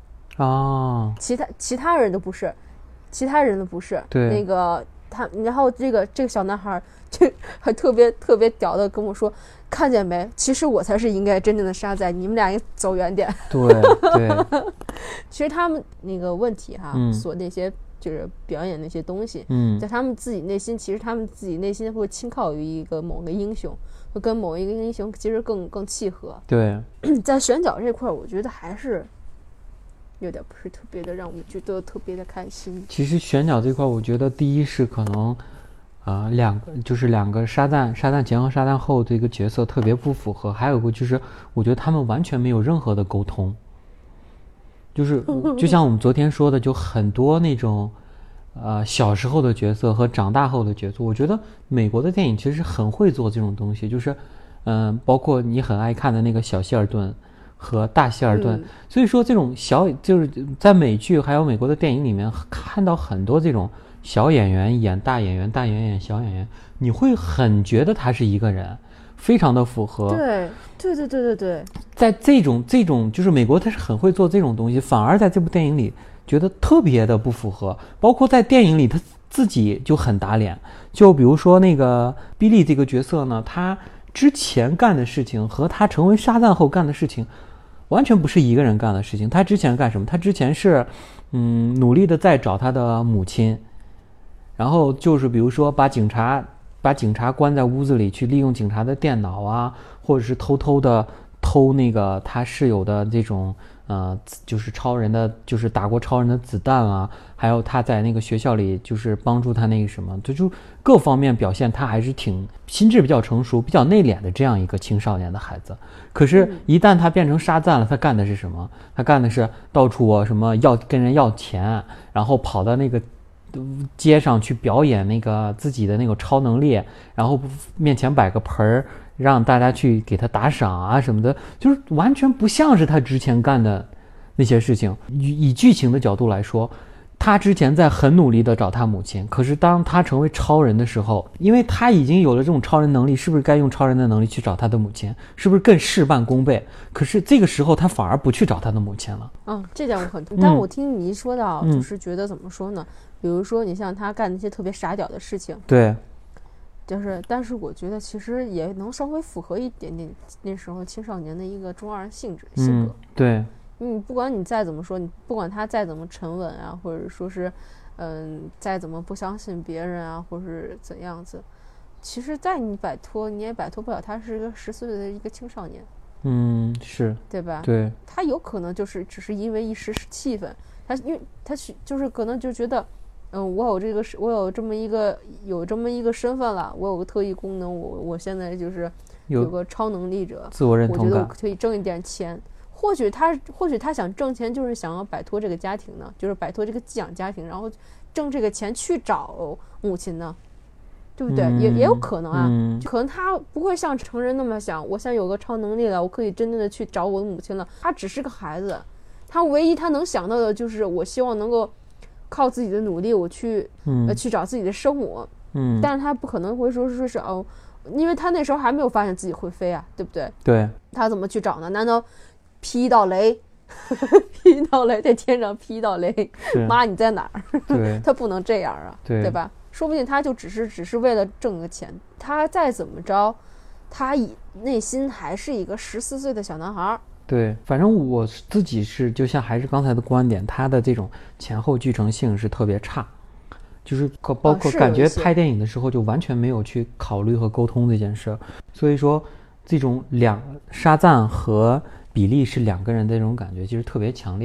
Speaker 2: 其他人都不是，
Speaker 1: 对，
Speaker 2: 那个他，然后这个小男孩就还特别屌的跟我说，看见没？其实我才是应该真正的沙赞，你们俩也走远点。
Speaker 1: 对对，
Speaker 2: 其实他们那个问题哈，所那些就是表演那些东西，在他们自己内心，其实他们自己内心会倾靠于某个英雄，会跟某一个英雄其实更契合。
Speaker 1: 对，
Speaker 2: 在选角这块，我觉得还是有点不是特别的让我觉得特别的开心。
Speaker 1: 其实选角这块，我觉得第一是可能，两个沙赞前和沙赞后这个角色特别不符合，还有个就是我觉得他们完全没有任何的沟通，就是就像我们昨天说的，就很多那种小时候的角色和长大后的角色，我觉得美国的电影其实很会做这种东西，就是包括你很爱看的那个小希尔顿和大希尔顿，所以说这种就是在美剧还有美国的电影里面看到很多这种小演员演大演员，大演员演小演员，你会很觉得他是一个人，非常的符合。
Speaker 2: 对，
Speaker 1: 在这种就是美国他是很会做这种东西，反而在这部电影里觉得特别的不符合，包括在电影里他自己就很打脸。就比如说那个比利这个角色呢，他之前干的事情和他成为沙赞后干的事情完全不是一个人干的事情。他之前干什么？他之前是努力的在找他的母亲，然后就是比如说把警察关在屋子里，去利用警察的电脑啊，或者是偷偷的偷那个他室友的这种就是超人的，就是打过超人的子弹啊，还有他在那个学校里就是帮助他那个什么，就各方面表现他还是挺心智比较成熟、比较内敛的这样一个青少年的孩子。可是，一旦他变成沙赞了，他干的是什么？他干的是到处什么跟人要钱，然后跑到那个街上去表演那个自己的那个超能力，然后面前摆个盆儿，让大家去给他打赏啊什么的，就是完全不像是他之前干的那些事情。以剧情的角度来说，他之前在很努力的找他母亲，可是当他成为超人的时候，因为他已经有了这种超人能力，是不是该用超人的能力去找他的母亲？是不是更事半功倍？可是这个时候他反而不去找他的母亲了。
Speaker 2: 这点我很同意。但我听你一说到，就是觉得怎么说呢？比如说你像他干那些特别傻屌的事情，
Speaker 1: 对，
Speaker 2: 但是我觉得其实也能稍微符合一点点那时候青少年的一个中二性格。
Speaker 1: 对，
Speaker 2: 不管你再怎么说，你不管他再怎么沉稳啊，或者说是再怎么不相信别人啊，或是怎样子，其实你也摆脱不了他是一个10岁的一个青少年。
Speaker 1: 是，
Speaker 2: 对吧？
Speaker 1: 对，
Speaker 2: 他有可能就是只是因为一时气氛，因为他就是可能就觉得，我有这么一个身份了，我有个特异功能，我现在就是有个超能力者，
Speaker 1: 自我认同感，
Speaker 2: 我觉得我可以挣一点钱。或许他想挣钱，就是想要摆脱这个家庭呢，就是摆脱这个寄养家庭，然后挣这个钱去找母亲呢。对不对？也有可能啊，可能他不会像成人那么想，我现在有个超能力了，我可以真正的去找我的母亲了。他只是个孩子，他唯一他能想到的就是我希望能够靠自己的努力，我去找自己的生母。但是他不可能会说是因为他那时候还没有发现自己会飞啊，对不对？
Speaker 1: 对，
Speaker 2: 他怎么去找呢？难道劈一道雷？劈一道雷，在天上劈一道雷，妈你在哪儿？
Speaker 1: 对，
Speaker 2: 他不能这样啊，对吧？说不定他就只是为了挣个钱，他再怎么着，他内心还是一个14岁的小男孩。
Speaker 1: 对，反正我自己是就像还是刚才的观点，他的这种前后剧情性是特别差，就是包括感觉拍电影的时候就完全没有去考虑和沟通这件事。所以说这种沙赞和比利是2个人的这种感觉其实特别强烈。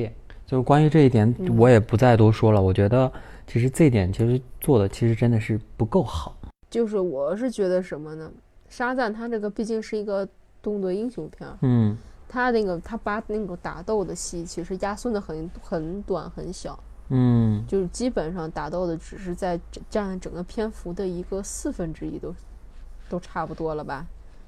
Speaker 1: 就是关于这一点我也不再多说了，我觉得其实这一点其实做的其实真的是不够好。
Speaker 2: 就是我是觉得什么呢，沙赞他这个毕竟是一个动作英雄片，他把那个打斗的戏其实压缩的很短很小，就是基本上打斗的只是占整个篇幅的一个1/4都差不多了吧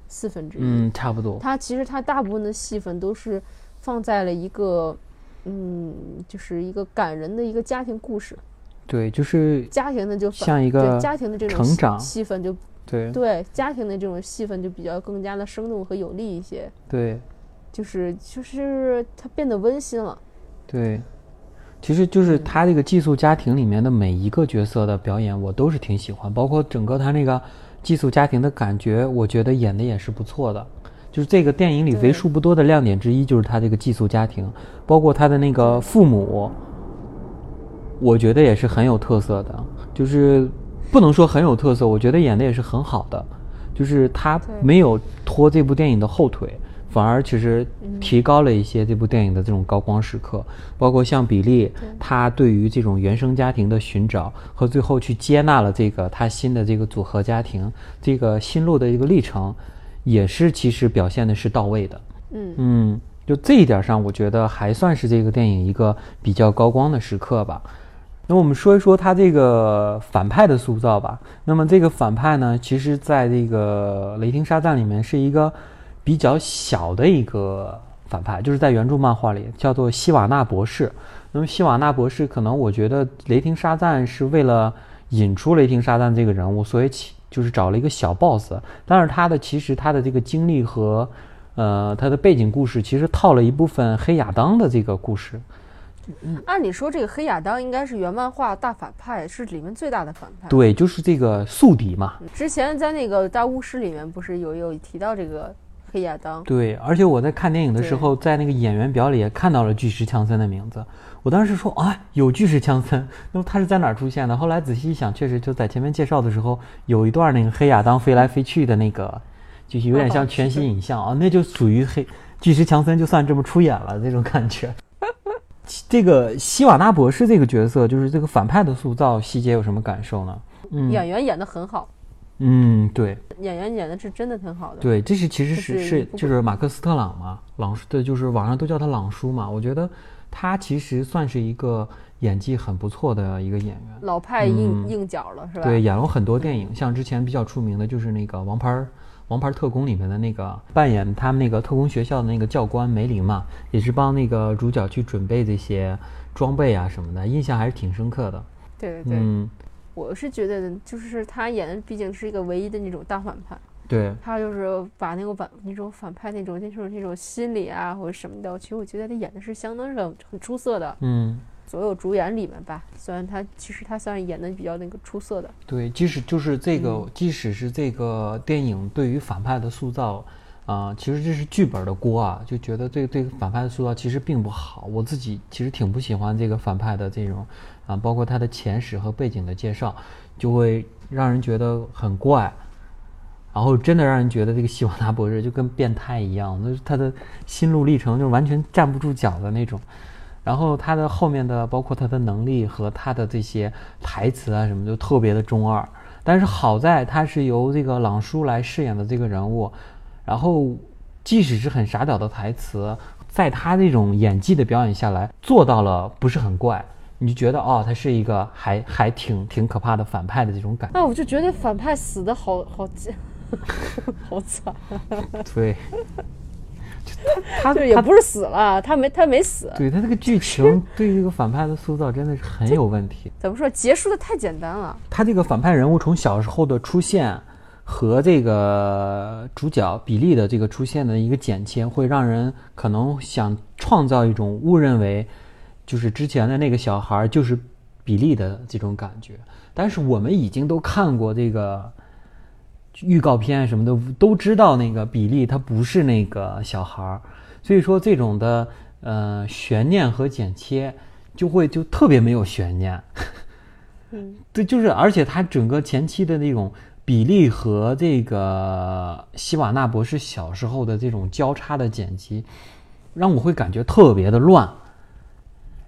Speaker 2: ，1/4，
Speaker 1: 差不多。
Speaker 2: 其实他大部分的戏份都是放在了一个就是一个感人的一个家庭故事，
Speaker 1: 对，就是
Speaker 2: 家庭的就
Speaker 1: 像一个
Speaker 2: 家庭的这种
Speaker 1: 成长
Speaker 2: 戏份就对家庭的这种戏份就比较更加的生动和有力一些，
Speaker 1: 对，
Speaker 2: 就是它变得温馨了，
Speaker 1: 对，其实就是他这个寄宿家庭里面的每一个角色的表演我都是挺喜欢，包括整个他那个寄宿家庭的感觉，我觉得演的也是不错的。就是这个电影里为数不多的亮点之一，就是他这个寄宿家庭，包括他的那个父母，我觉得也是很有特色的。就是不能说很有特色，我觉得演的也是很好的。就是他没有拖这部电影的后腿，反而其实提高了一些这部电影的这种高光时刻，包括像比利他对于这种原生家庭的寻找和最后去接纳了这个他新的这个组合家庭这个心路的一个历程，也是其实表现的是到位的。就这一点上我觉得还算是这个电影一个比较高光的时刻吧。那我们说一说他这个反派的塑造吧。那么这个反派呢，其实在这个雷霆沙赞里面是一个比较小的一个反派，就是在原著漫画里叫做希瓦纳博士。那么希瓦纳博士可能我觉得雷霆沙赞是为了引出雷霆沙赞这个人物，所以就是找了一个小 boss， 但是其实他的这个经历和他的背景故事其实套了一部分黑亚当的这个故事。
Speaker 2: 按理说这个黑亚当应该是原漫画大反派，是里面最大的反派。
Speaker 1: 对，就是这个宿敌嘛。
Speaker 2: 之前在那个大巫师里面不是有提到这个黑亚当？
Speaker 1: 对，而且我在看电影的时候，在那个演员表里也看到了巨石强森的名字。我当时说有巨石强森，那么他是在哪儿出现的？后来仔细一想，确实就在前面介绍的时候有一段那个黑亚当飞来飞去的那个，就是有点像全息影像那就属于巨石强森就算这么出演了这种感觉。这个希瓦纳博士这个角色，就是这个反派的塑造细节有什么感受呢？
Speaker 2: 演员演得很好。
Speaker 1: 对，
Speaker 2: 演员演的是真的挺好的。
Speaker 1: 对，这是其实就是马克斯特朗嘛，朗叔的，就是网上都叫他朗叔嘛。我觉得他其实算是一个演技很不错的一个演员，
Speaker 2: 老派硬角了，是吧？
Speaker 1: 对，演了很多电影，像之前比较出名的就是那个《王牌特工》里面的那个扮演他们那个特工学校的那个教官梅林嘛，也是帮那个主角去准备这些装备啊什么的，印象还是挺深刻的。
Speaker 2: 对对对，我是觉得就是他演的毕竟是一个唯一的那种大反派，
Speaker 1: 对，
Speaker 2: 他就是把那种反派那种心理啊或者什么的，其实我觉得他演的是相当很出色的。所有主演里面吧，虽然其实他算是演的比较那个出色的。对，
Speaker 1: 即使是这个电影对于反派的塑造其实这是剧本的锅啊，就觉得对反派的塑造其实并不好。我自己其实挺不喜欢这个反派的这种包括他的前史和背景的介绍，就会让人觉得很怪，然后真的让人觉得这个希瓦纳博士就跟变态一样，那他的心路历程就完全站不住脚的那种。然后他的后面的包括他的能力和他的这些台词啊什么就特别的中二，但是好在他是由这个朗叔来饰演的这个人物，然后即使是很傻屌的台词，在他这种演技的表演下来做到了不是很怪，你就觉得他是一个还挺可怕的反派的这种感觉。
Speaker 2: 我就觉得反派死的好好惨。
Speaker 1: 对，他
Speaker 2: 也不是死了，他没死。
Speaker 1: 对，他这个剧情对这个反派的塑造真的是很有问题。
Speaker 2: 怎么说，结束的太简单了。
Speaker 1: 他这个反派人物从小时候的出现和这个主角比利的这个出现的一个剪切，会让人可能想创造一种误认为就是之前的那个小孩就是比利的这种感觉。但是我们已经都看过这个预告片什么的，都知道那个比利他不是那个小孩，所以说这种的悬念和剪切就特别没有悬念。对，就是而且他整个前期的那种比利和这个希瓦纳博士小时候的这种交叉的剪辑，让我会感觉特别的乱。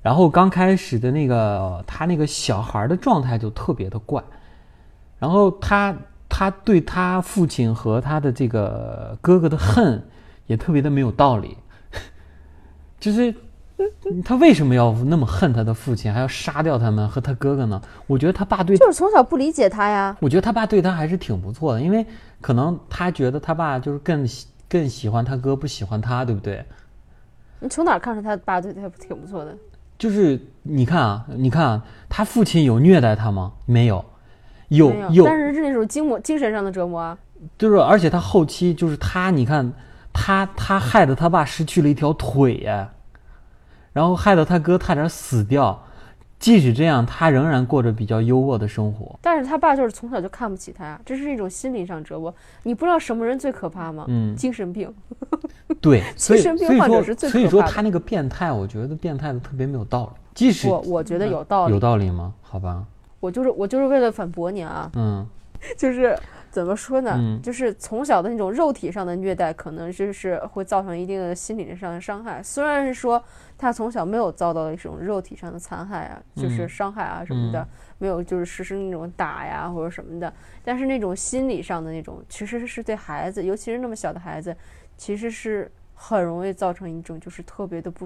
Speaker 1: 然后刚开始的那个他那个小孩的状态就特别的怪，然后他对他父亲和他的这个哥哥的恨也特别的没有道理，就是他为什么要那么恨他的父亲，还要杀掉他们和他哥哥呢？我觉得他爸
Speaker 2: 就是从小不理解他呀。
Speaker 1: 我觉得他爸对他还是挺不错的，因为可能他觉得他爸就是更喜欢他哥，不喜欢他，对不对？
Speaker 2: 你从哪看出他爸对他挺不错的？
Speaker 1: 就是你看啊，他父亲有虐待他吗？没有，有，
Speaker 2: 但是那种精神上的折磨啊。
Speaker 1: 就是而且他后期就是你看他害得他爸失去了一条腿呀，然后害得他哥差点死掉。即使这样，他仍然过着比较优渥的生活。
Speaker 2: 但是他爸就是从小就看不起他，这是一种心理上折磨。你不知道什么人最可怕吗？精神病。
Speaker 1: 对，
Speaker 2: 精神病患者是最可怕的。
Speaker 1: 所以说他那个变态，我觉得变态的特别没有道理。即使
Speaker 2: 我觉得有道理。
Speaker 1: 有道理吗？好吧。
Speaker 2: 我就是为了反驳你啊。就是怎么说呢？就是从小的那种肉体上的虐待，可能就是会造成一定的心理上的伤害。虽然是说他从小没有遭到一种肉体上的残害啊，就是伤害啊什么的，没有就是实施那种打呀或者什么的，但是那种心理上的那种，其实是对孩子，尤其是那么小的孩子，其实是很容易造成一种就是特别的不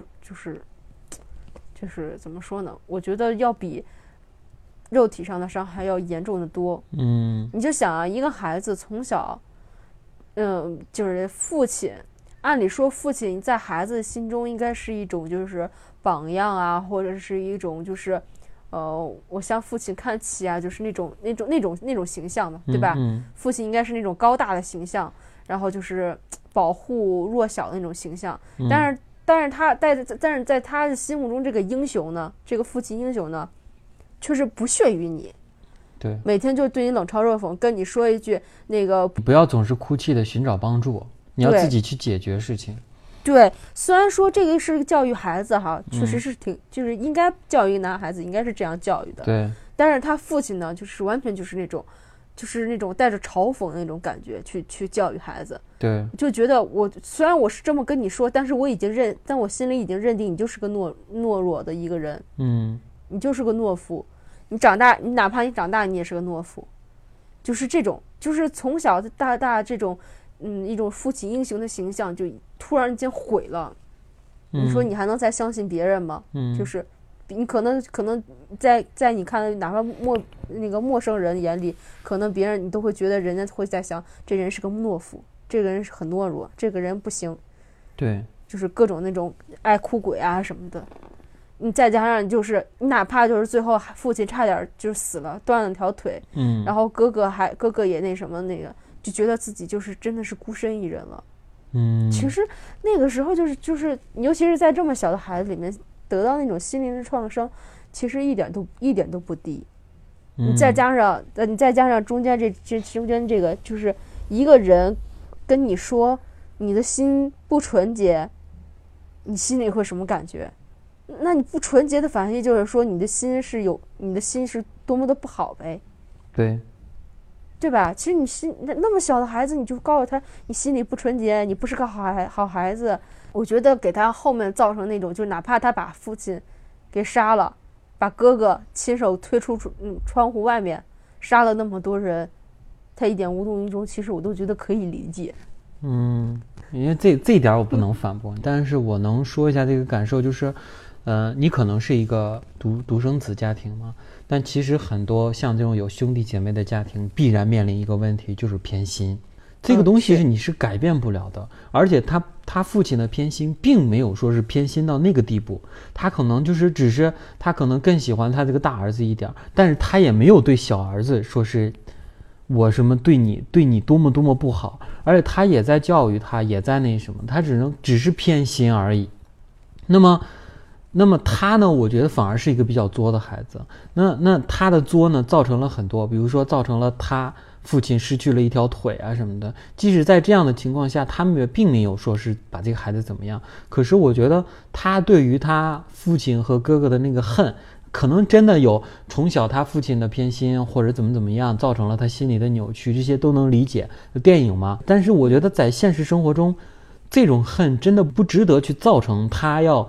Speaker 2: 就是怎么说呢？我觉得要比肉体上的伤害要严重的多。你就想啊，一个孩子从小就是父亲，按理说父亲在孩子心中应该是一种就是榜样啊，或者是一种就是我向父亲看齐啊，就是那种形象嘛，对吧？父亲应该是那种高大的形象，然后就是保护弱小的那种形象。但是在他的心目中，这个英雄呢，这个父亲英雄呢，却是不屑于你。
Speaker 1: 对，
Speaker 2: 每天就对你冷嘲热讽，跟你说一句那个
Speaker 1: 不要总是哭泣的寻找帮助，你要自己去解决事情。
Speaker 2: 对，虽然说这个是教育孩子哈，确实是就是应该教育男孩子应该是这样教育的。
Speaker 1: 对，
Speaker 2: 但是他父亲呢，就是完全就是那种带着嘲讽的那种感觉去教育孩子。
Speaker 1: 对，就
Speaker 2: 觉得虽然我是这么跟你说，但是但我心里已经认定你就是个懦弱的一个人。你就是个懦夫。你长大，你哪怕你长大，你也是个懦夫。就是这种，就是从小到大这种一种父亲英雄的形象就突然间毁了。你说你还能再相信别人吗？就是你可能在你看哪怕陌生人眼里，可能别人你都会觉得人家会在想，这人是个懦夫，这个人是很懦弱，这个人不行。
Speaker 1: 对，
Speaker 2: 就是各种那种爱哭鬼啊什么的。你再加上就是你哪怕就是最后父亲差点就死了，断了条腿，然后哥哥也那什么那个，就觉得自己就是真的是孤身一人了。其实那个时候就是尤其是在这么小的孩子里面得到那种心灵的创伤，其实一点都不低。你再加上中间这个就是一个人跟你说你的心不纯洁，你心里会什么感觉？那你不纯洁的反义就是说你的心是多么的不好呗。对吧？其实你心那么小的孩子，你就告诉他你心里不纯洁，你不是个好孩子。我觉得给他后面造成那种，就哪怕他把父亲给杀了，把哥哥亲手推出窗户外面，杀了那么多人，他一点无动于衷，其实我都觉得可以理解。
Speaker 1: 因为这一点我不能反驳，但是我能说一下这个感受，就是你可能是一个独生子家庭嘛，但其实很多像这种有兄弟姐妹的家庭必然面临一个问题，就是偏心。这个东西你是改变不了的，而且他父亲的偏心并没有说是偏心到那个地步，他可能就是只是他可能更喜欢他这个大儿子一点，但是他也没有对小儿子说是我什么对你多么多么不好，而且他也在教育他，也在那什么，他只是偏心而已。那么他呢，我觉得反而是一个比较作的孩子。那他的作呢，造成了很多，比如说造成了他父亲失去了一条腿啊什么的。即使在这样的情况下，他们也并没有说是把这个孩子怎么样。可是我觉得他对于他父亲和哥哥的那个恨，可能真的有从小他父亲的偏心或者怎么样，造成了他心里的扭曲，这些都能理解。电影嘛，但是我觉得在现实生活中，这种恨真的不值得去造成他要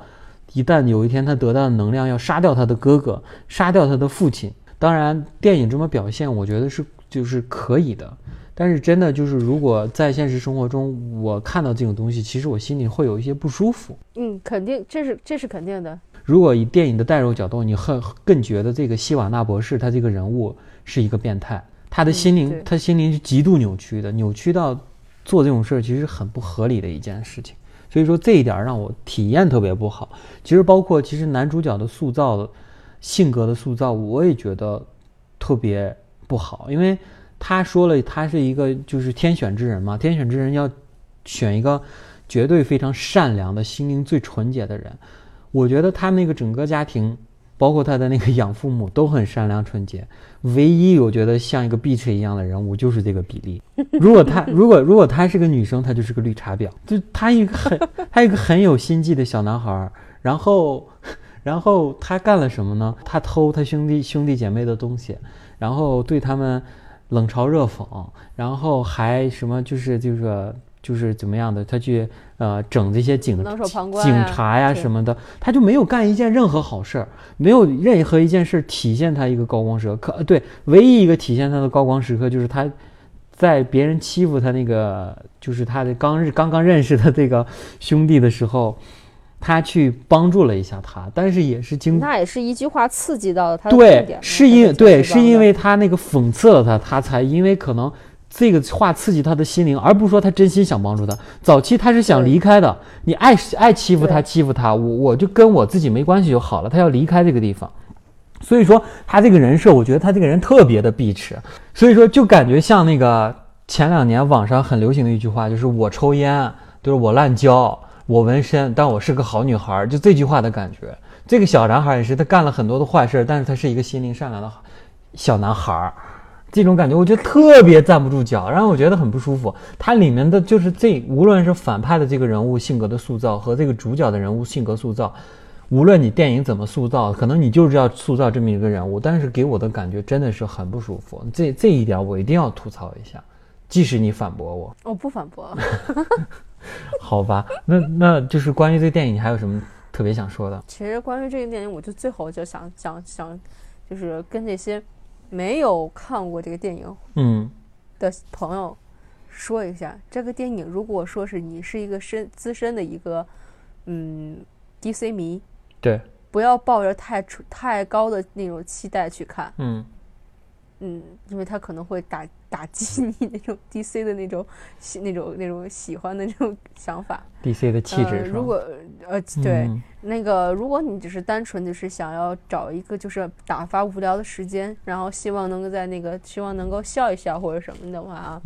Speaker 1: 一旦有一天他得到的能量要杀掉他的哥哥，杀掉他的父亲。当然电影这么表现我觉得是就是可以的，但是真的就是如果在现实生活中我看到这种东西，其实我心里会有一些不舒服。
Speaker 2: 肯定，这是肯定的。
Speaker 1: 如果以电影的代入角度，你更觉得这个希瓦纳博士他这个人物是一个变态，他的心灵他心灵是极度扭曲的，扭曲到做这种事其实很不合理的一件事情。所以说这一点让我体验特别不好。其实包括男主角的塑造性格的塑造我也觉得特别不好，因为他说了他是一个就是天选之人嘛，天选之人要选一个绝对非常善良的心灵最纯洁的人。我觉得他那个整个家庭包括他的那个养父母都很善良纯洁，唯一我觉得像一个 bitch 一样的人物就是这个比利。如果他是个女生，他就是个绿茶婊。就他一个很有心计的小男孩，然后他干了什么呢？他偷他兄弟姐妹的东西，然后对他们冷嘲热讽，然后还什么就是怎么样的，他去整这些警察呀什么的，他就没有干一件任何好事，没有任何一件事体现他一个高光时刻。对，唯一一个体现他的高光时刻就是他在别人欺负他那个就是他的刚刚认识的这个兄弟的时候，他去帮助了一下他，但是也是
Speaker 2: 那也是一句话刺激到了他的重点。
Speaker 1: 是因为他那个讽刺了他才因为可能这个话刺激他的心灵，而不是说他真心想帮助他。早期他是想离开的，你爱欺负他，我就跟我自己没关系就好了。他要离开这个地方，所以说他这个人设，我觉得他这个人特别的避耻，所以说就感觉像那个前2年网上很流行的一句话，就是我抽烟，就是我滥交，我纹身，但我是个好女孩，就这句话的感觉。这个小男孩也是，他干了很多的坏事，但是他是一个心灵善良的小男孩，这种感觉我觉得特别站不住脚，让我觉得很不舒服。它里面的就是无论是反派的这个人物性格的塑造和这个主角的人物性格塑造，无论你电影怎么塑造，可能你就是要塑造这么一个人物，但是给我的感觉真的是很不舒服。这一点我一定要吐槽一下，即使你反驳我
Speaker 2: 不反驳。
Speaker 1: 好吧，那就是关于这个电影你还有什么特别想说的？
Speaker 2: 其实关于这个电影我就最后就想就是跟这些没有看过这个电影的朋友说一下，这个电影如果说是你是一个资深的一个DC 迷，
Speaker 1: 对，
Speaker 2: 不要抱着太高的那种期待去看，因为他可能会打击你那种 DC 的那种喜欢的那种想法。
Speaker 1: DC 的气质是吧？
Speaker 2: 如果对，那个如果你只是单纯就是想要找一个就是打发无聊的时间，然后希望能够笑一笑或者什么的话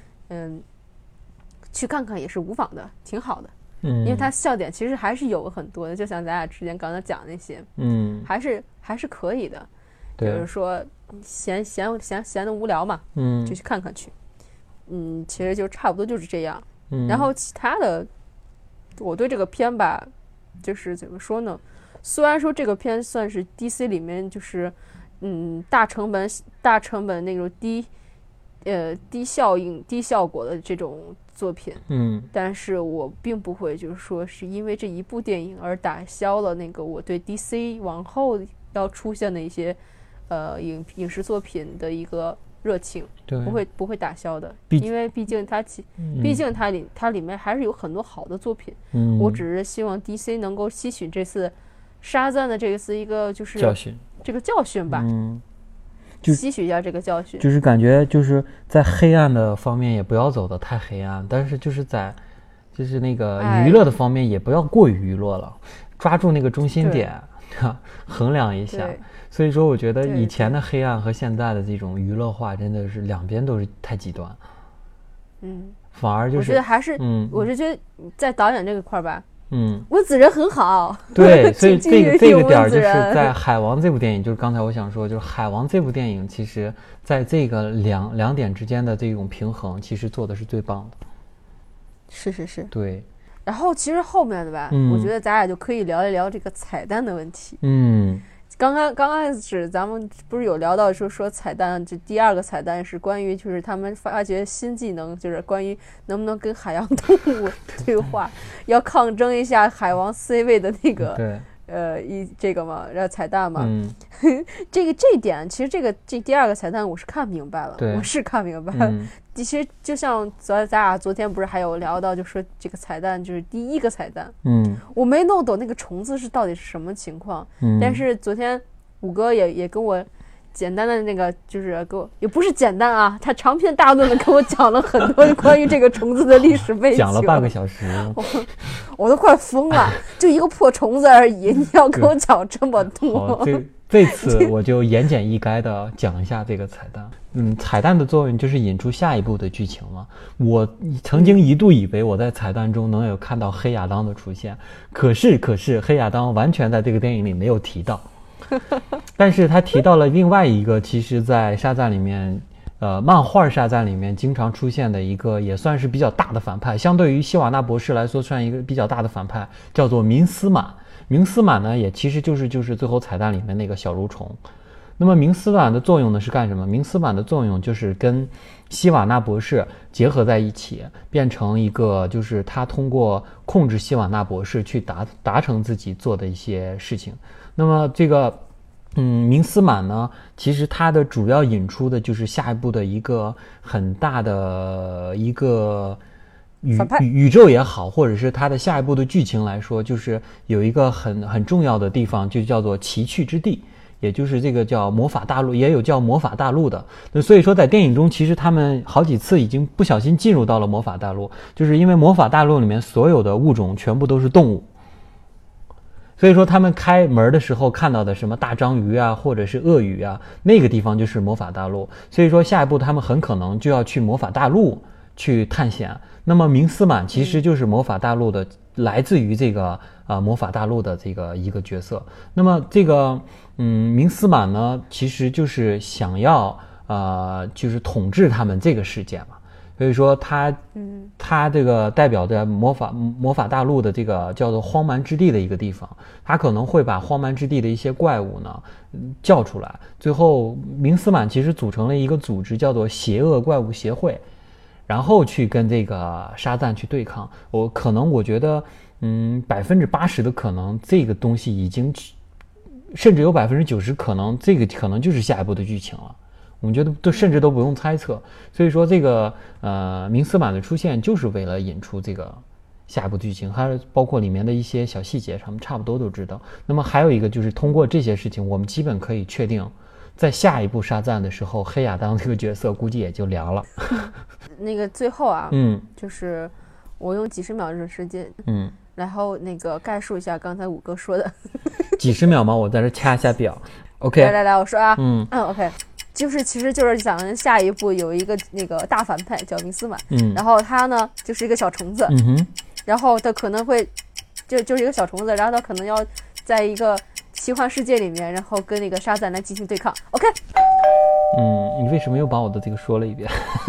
Speaker 2: 去看看也是无妨的，挺好的。因为他笑点其实还是有很多的，就像咱俩之前刚才讲那些，还是可以的。就是说闲的无聊嘛，就去看看去。其实就差不多就是这样。然后其他的，我对这个片吧，就是怎么说呢？虽然说这个片算是 DC 里面就是大成本那种低效应低效果的这种作品，但是我并不会就是说是因为这一部电影而打消了那个我对 DC 往后要出现的一些影视作品的一个热情，不会打消的，因为毕竟它里面还是有很多好的作品。我只是希望 DC 能够吸取这次沙赞的这次一个就是这个教训吧，吸取一下这个教训，
Speaker 1: 就是感觉就是在黑暗的方面也不要走得太黑暗，但是就是就是那个娱乐的方面也不要过于娱乐了，抓住那个中心点衡量一下。所以说我觉得以前的黑暗和现在的这种娱乐化真的是两边都是太极端。反而就是我
Speaker 2: 觉得还是我是觉得在导演这个块吧，温子仁很好。
Speaker 1: 对，所以这个点就是在海王这部电影，就是刚才我想说，就是海王这部电影其实在这个两点之间的这种平衡其实做的是最棒的。
Speaker 2: 是
Speaker 1: 对。
Speaker 2: 然后其实后面的吧，我觉得咱俩就可以聊一聊这个彩蛋的问题。刚开始咱们不是有聊到说彩蛋，这第2个彩蛋是关于就是他们发掘新技能，就是关于能不能跟海洋动物对话要抗争一下海王 C 位的那个这个嘛，然后彩蛋嘛，这一点，其实这第二个彩蛋我是看明白了，我是看明白了。其实就像咱俩昨天不是还有聊到，就说这个彩蛋就是第一个彩蛋，我没弄懂那个虫子到底是什么情况，但是昨天五哥也跟我简单的那个就是给我也不是简单啊，他长篇大论的跟我讲了很多关于这个虫子的历史背景，
Speaker 1: 讲了半个小时，
Speaker 2: 我都快疯了，就一个破虫子而已，你要跟我讲这么多。
Speaker 1: 这次我就言简意赅的讲一下这个彩蛋。彩蛋的作用就是引出下一步的剧情嘛。我曾经一度以为我在彩蛋中能有看到黑亚当的出现，可是黑亚当完全在这个电影里没有提到。但是他提到了另外一个，其实在沙赞里面漫画沙赞里面经常出现的一个也算是比较大的反派，相对于希瓦纳博士来说算一个比较大的反派，叫做明斯满。明斯满呢也其实就是最后彩蛋里面那个小蠕虫。那么明斯满的作用呢是干什么？明斯满的作用就是跟希瓦纳博士结合在一起，变成一个就是他通过控制希瓦纳博士去达成自己做的一些事情。那么这个明斯满呢，其实它的主要引出的就是下一步的一个很大的一个宇宙也好，或者是它的下一步的剧情来说，就是有一个很重要的地方，就叫做奇趣之地，也就是这个叫魔法大陆，也有叫魔法大陆的。那所以说在电影中其实他们好几次已经不小心进入到了魔法大陆，就是因为魔法大陆里面所有的物种全部都是动物，所以说他们开门的时候看到的什么大章鱼啊，或者是鳄鱼啊，那个地方就是魔法大陆。所以说下一步他们很可能就要去魔法大陆去探险。那么明斯满其实就是魔法大陆的来自于这个魔法大陆的这个一个角色。那么这个明斯满呢，其实就是想要就是统治他们这个世界嘛。所以说他这个代表的魔法大陆的这个叫做荒蛮之地的一个地方，他可能会把荒蛮之地的一些怪物呢叫出来。最后明斯满其实组成了一个组织，叫做邪恶怪物协会，然后去跟这个沙赞去对抗。我觉得80%的可能这个东西已经，甚至有90%可能这个可能就是下一步的剧情了。我们觉得甚至都不用猜测。所以说这个明斯满的出现就是为了引出这个下一步剧情，还包括里面的一些小细节，他们差不多都知道。那么还有一个就是通过这些事情，我们基本可以确定，在下一步沙赞的时候，黑亚当这个角色估计也就凉了。
Speaker 2: 那个最后啊，就是我用几十秒的时间，然后那个概述一下刚才五哥说的。
Speaker 1: 几十秒吗？我在这掐一下表。OK，
Speaker 2: 来，我说啊，OK。其实就是讲下一步有一个那个大反派叫明斯满，然后他呢就是一个小虫子，然后他可能会就是一个小虫子，然后他可能要在一个奇幻世界里面，然后跟那个沙赞来进行对抗。OK，
Speaker 1: 你为什么又把我的这个说了一遍？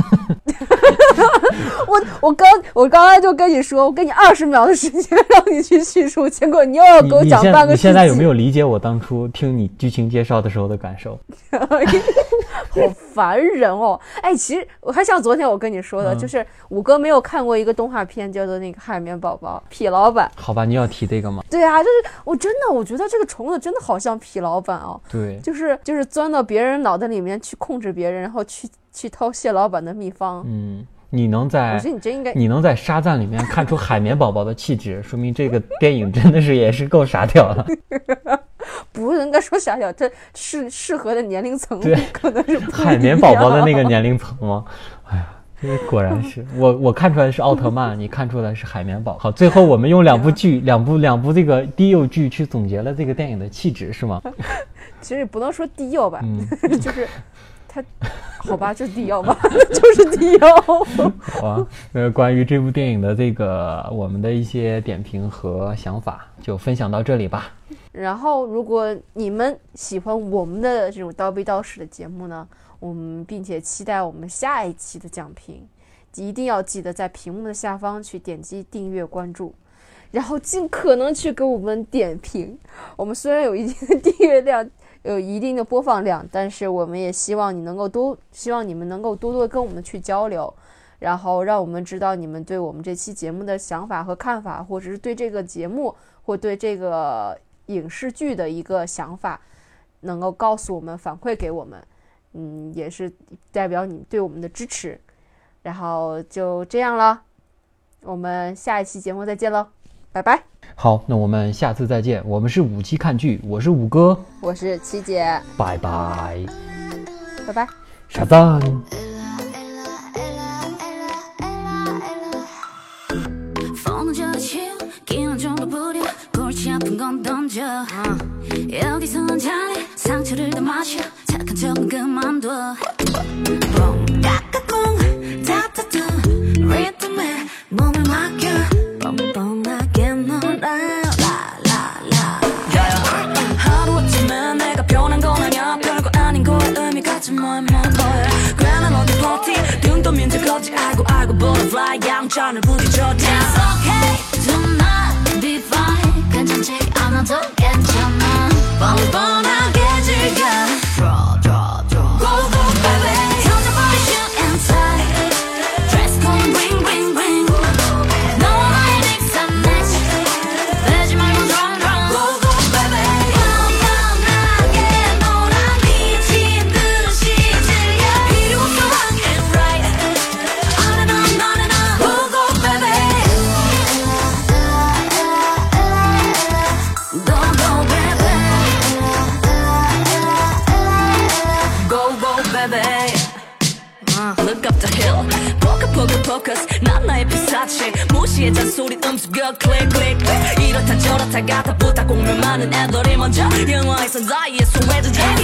Speaker 2: 我刚才就跟你说，我给你20秒的时间让你去叙述，结果你又要给我讲半个世纪。
Speaker 1: 你现在有没有理解我当初听你剧情介绍的时候的感受？
Speaker 2: 好烦人哦！其实我还像昨天我跟你说的，就是五哥没有看过一个动画片叫做那个海绵宝宝痞老板。
Speaker 1: 好吧，你要提这个吗？
Speaker 2: 对啊，就是我觉得这个虫子真的好像痞老板哦。
Speaker 1: 对，
Speaker 2: 就是钻到别人脑袋里面去控制别人，然后去偷谢老板的秘方。
Speaker 1: 你能在沙赞里面看出海绵宝宝的气质，说明这个电影真的是也是够傻屌了。
Speaker 2: 不应该说傻屌，这是适合的年龄层可能是
Speaker 1: 海绵宝宝的那个年龄层吗？哎呀，这果然是我看出来是奥特曼，你看出来是海绵宝宝。好，最后我们用两部这个低幼剧去总结了这个电影的气质，是吗？
Speaker 2: 其实也不能说低幼吧，就是它好吧，就低幼吧，就是低幼。
Speaker 1: 好吧，关于这部电影的这个我们的一些点评和想法就分享到这里吧。
Speaker 2: 然后如果你们喜欢我们的这种叨逼叨式的节目呢，并且期待我们下一期的讲评，一定要记得在屏幕的下方去点击订阅关注，然后尽可能去给我们点评。我们虽然有一定的订阅量，有一定的播放量，但是我们也希望你们能够多多跟我们去交流，然后让我们知道你们对我们这期节目的想法和看法，或者是对这个节目或对这个影视剧的一个想法能够告诉我们，反馈给我们，也是代表你对我们的支持。然后就这样了，我们下一期节目再见喽，拜拜。
Speaker 1: 好，那我们下次再见。我们是5期看剧，我是5哥，
Speaker 2: 我是七姐，
Speaker 1: 拜拜，
Speaker 2: 拜拜。
Speaker 1: 沙赞。
Speaker 3: 여기서는 잘해 상처를 더 마셔 착한 척은 그만둬 뻥 깍깍꿍 답답도 리듬에 몸을 맡겨 뻔뻔하게 놀아 라라라 하루아침에 내가 변한 건 아냐 별거 아닌 거에 의미 같지 뭐 괜한 어디 버티 등 떠민 적 없지 알고 butterfly 양천을 부딪혀 It's okay tonight be fine 괜찮지 않아도 괜찮아 뻔뻔하게 즐겨 Draw draw draw Go go baby 던져버린 shoe and tie Dress code ring ring ring 너와 나의 mix and match 빼지 말고 drum drum Go go baby 뻔뻔하게 놀아 미친 듯이 즐겨 필요 없어 rock and right On and on on and on Go go baby Go go baby Go go baby Look up the hill Focus focus focus 난 나의 피사체 무시해 잔소리 음수겨 click click click 이렇다 저렇다 가다 부탁 공면 많은 애들이 먼저 영화에선 나의 소외도 돼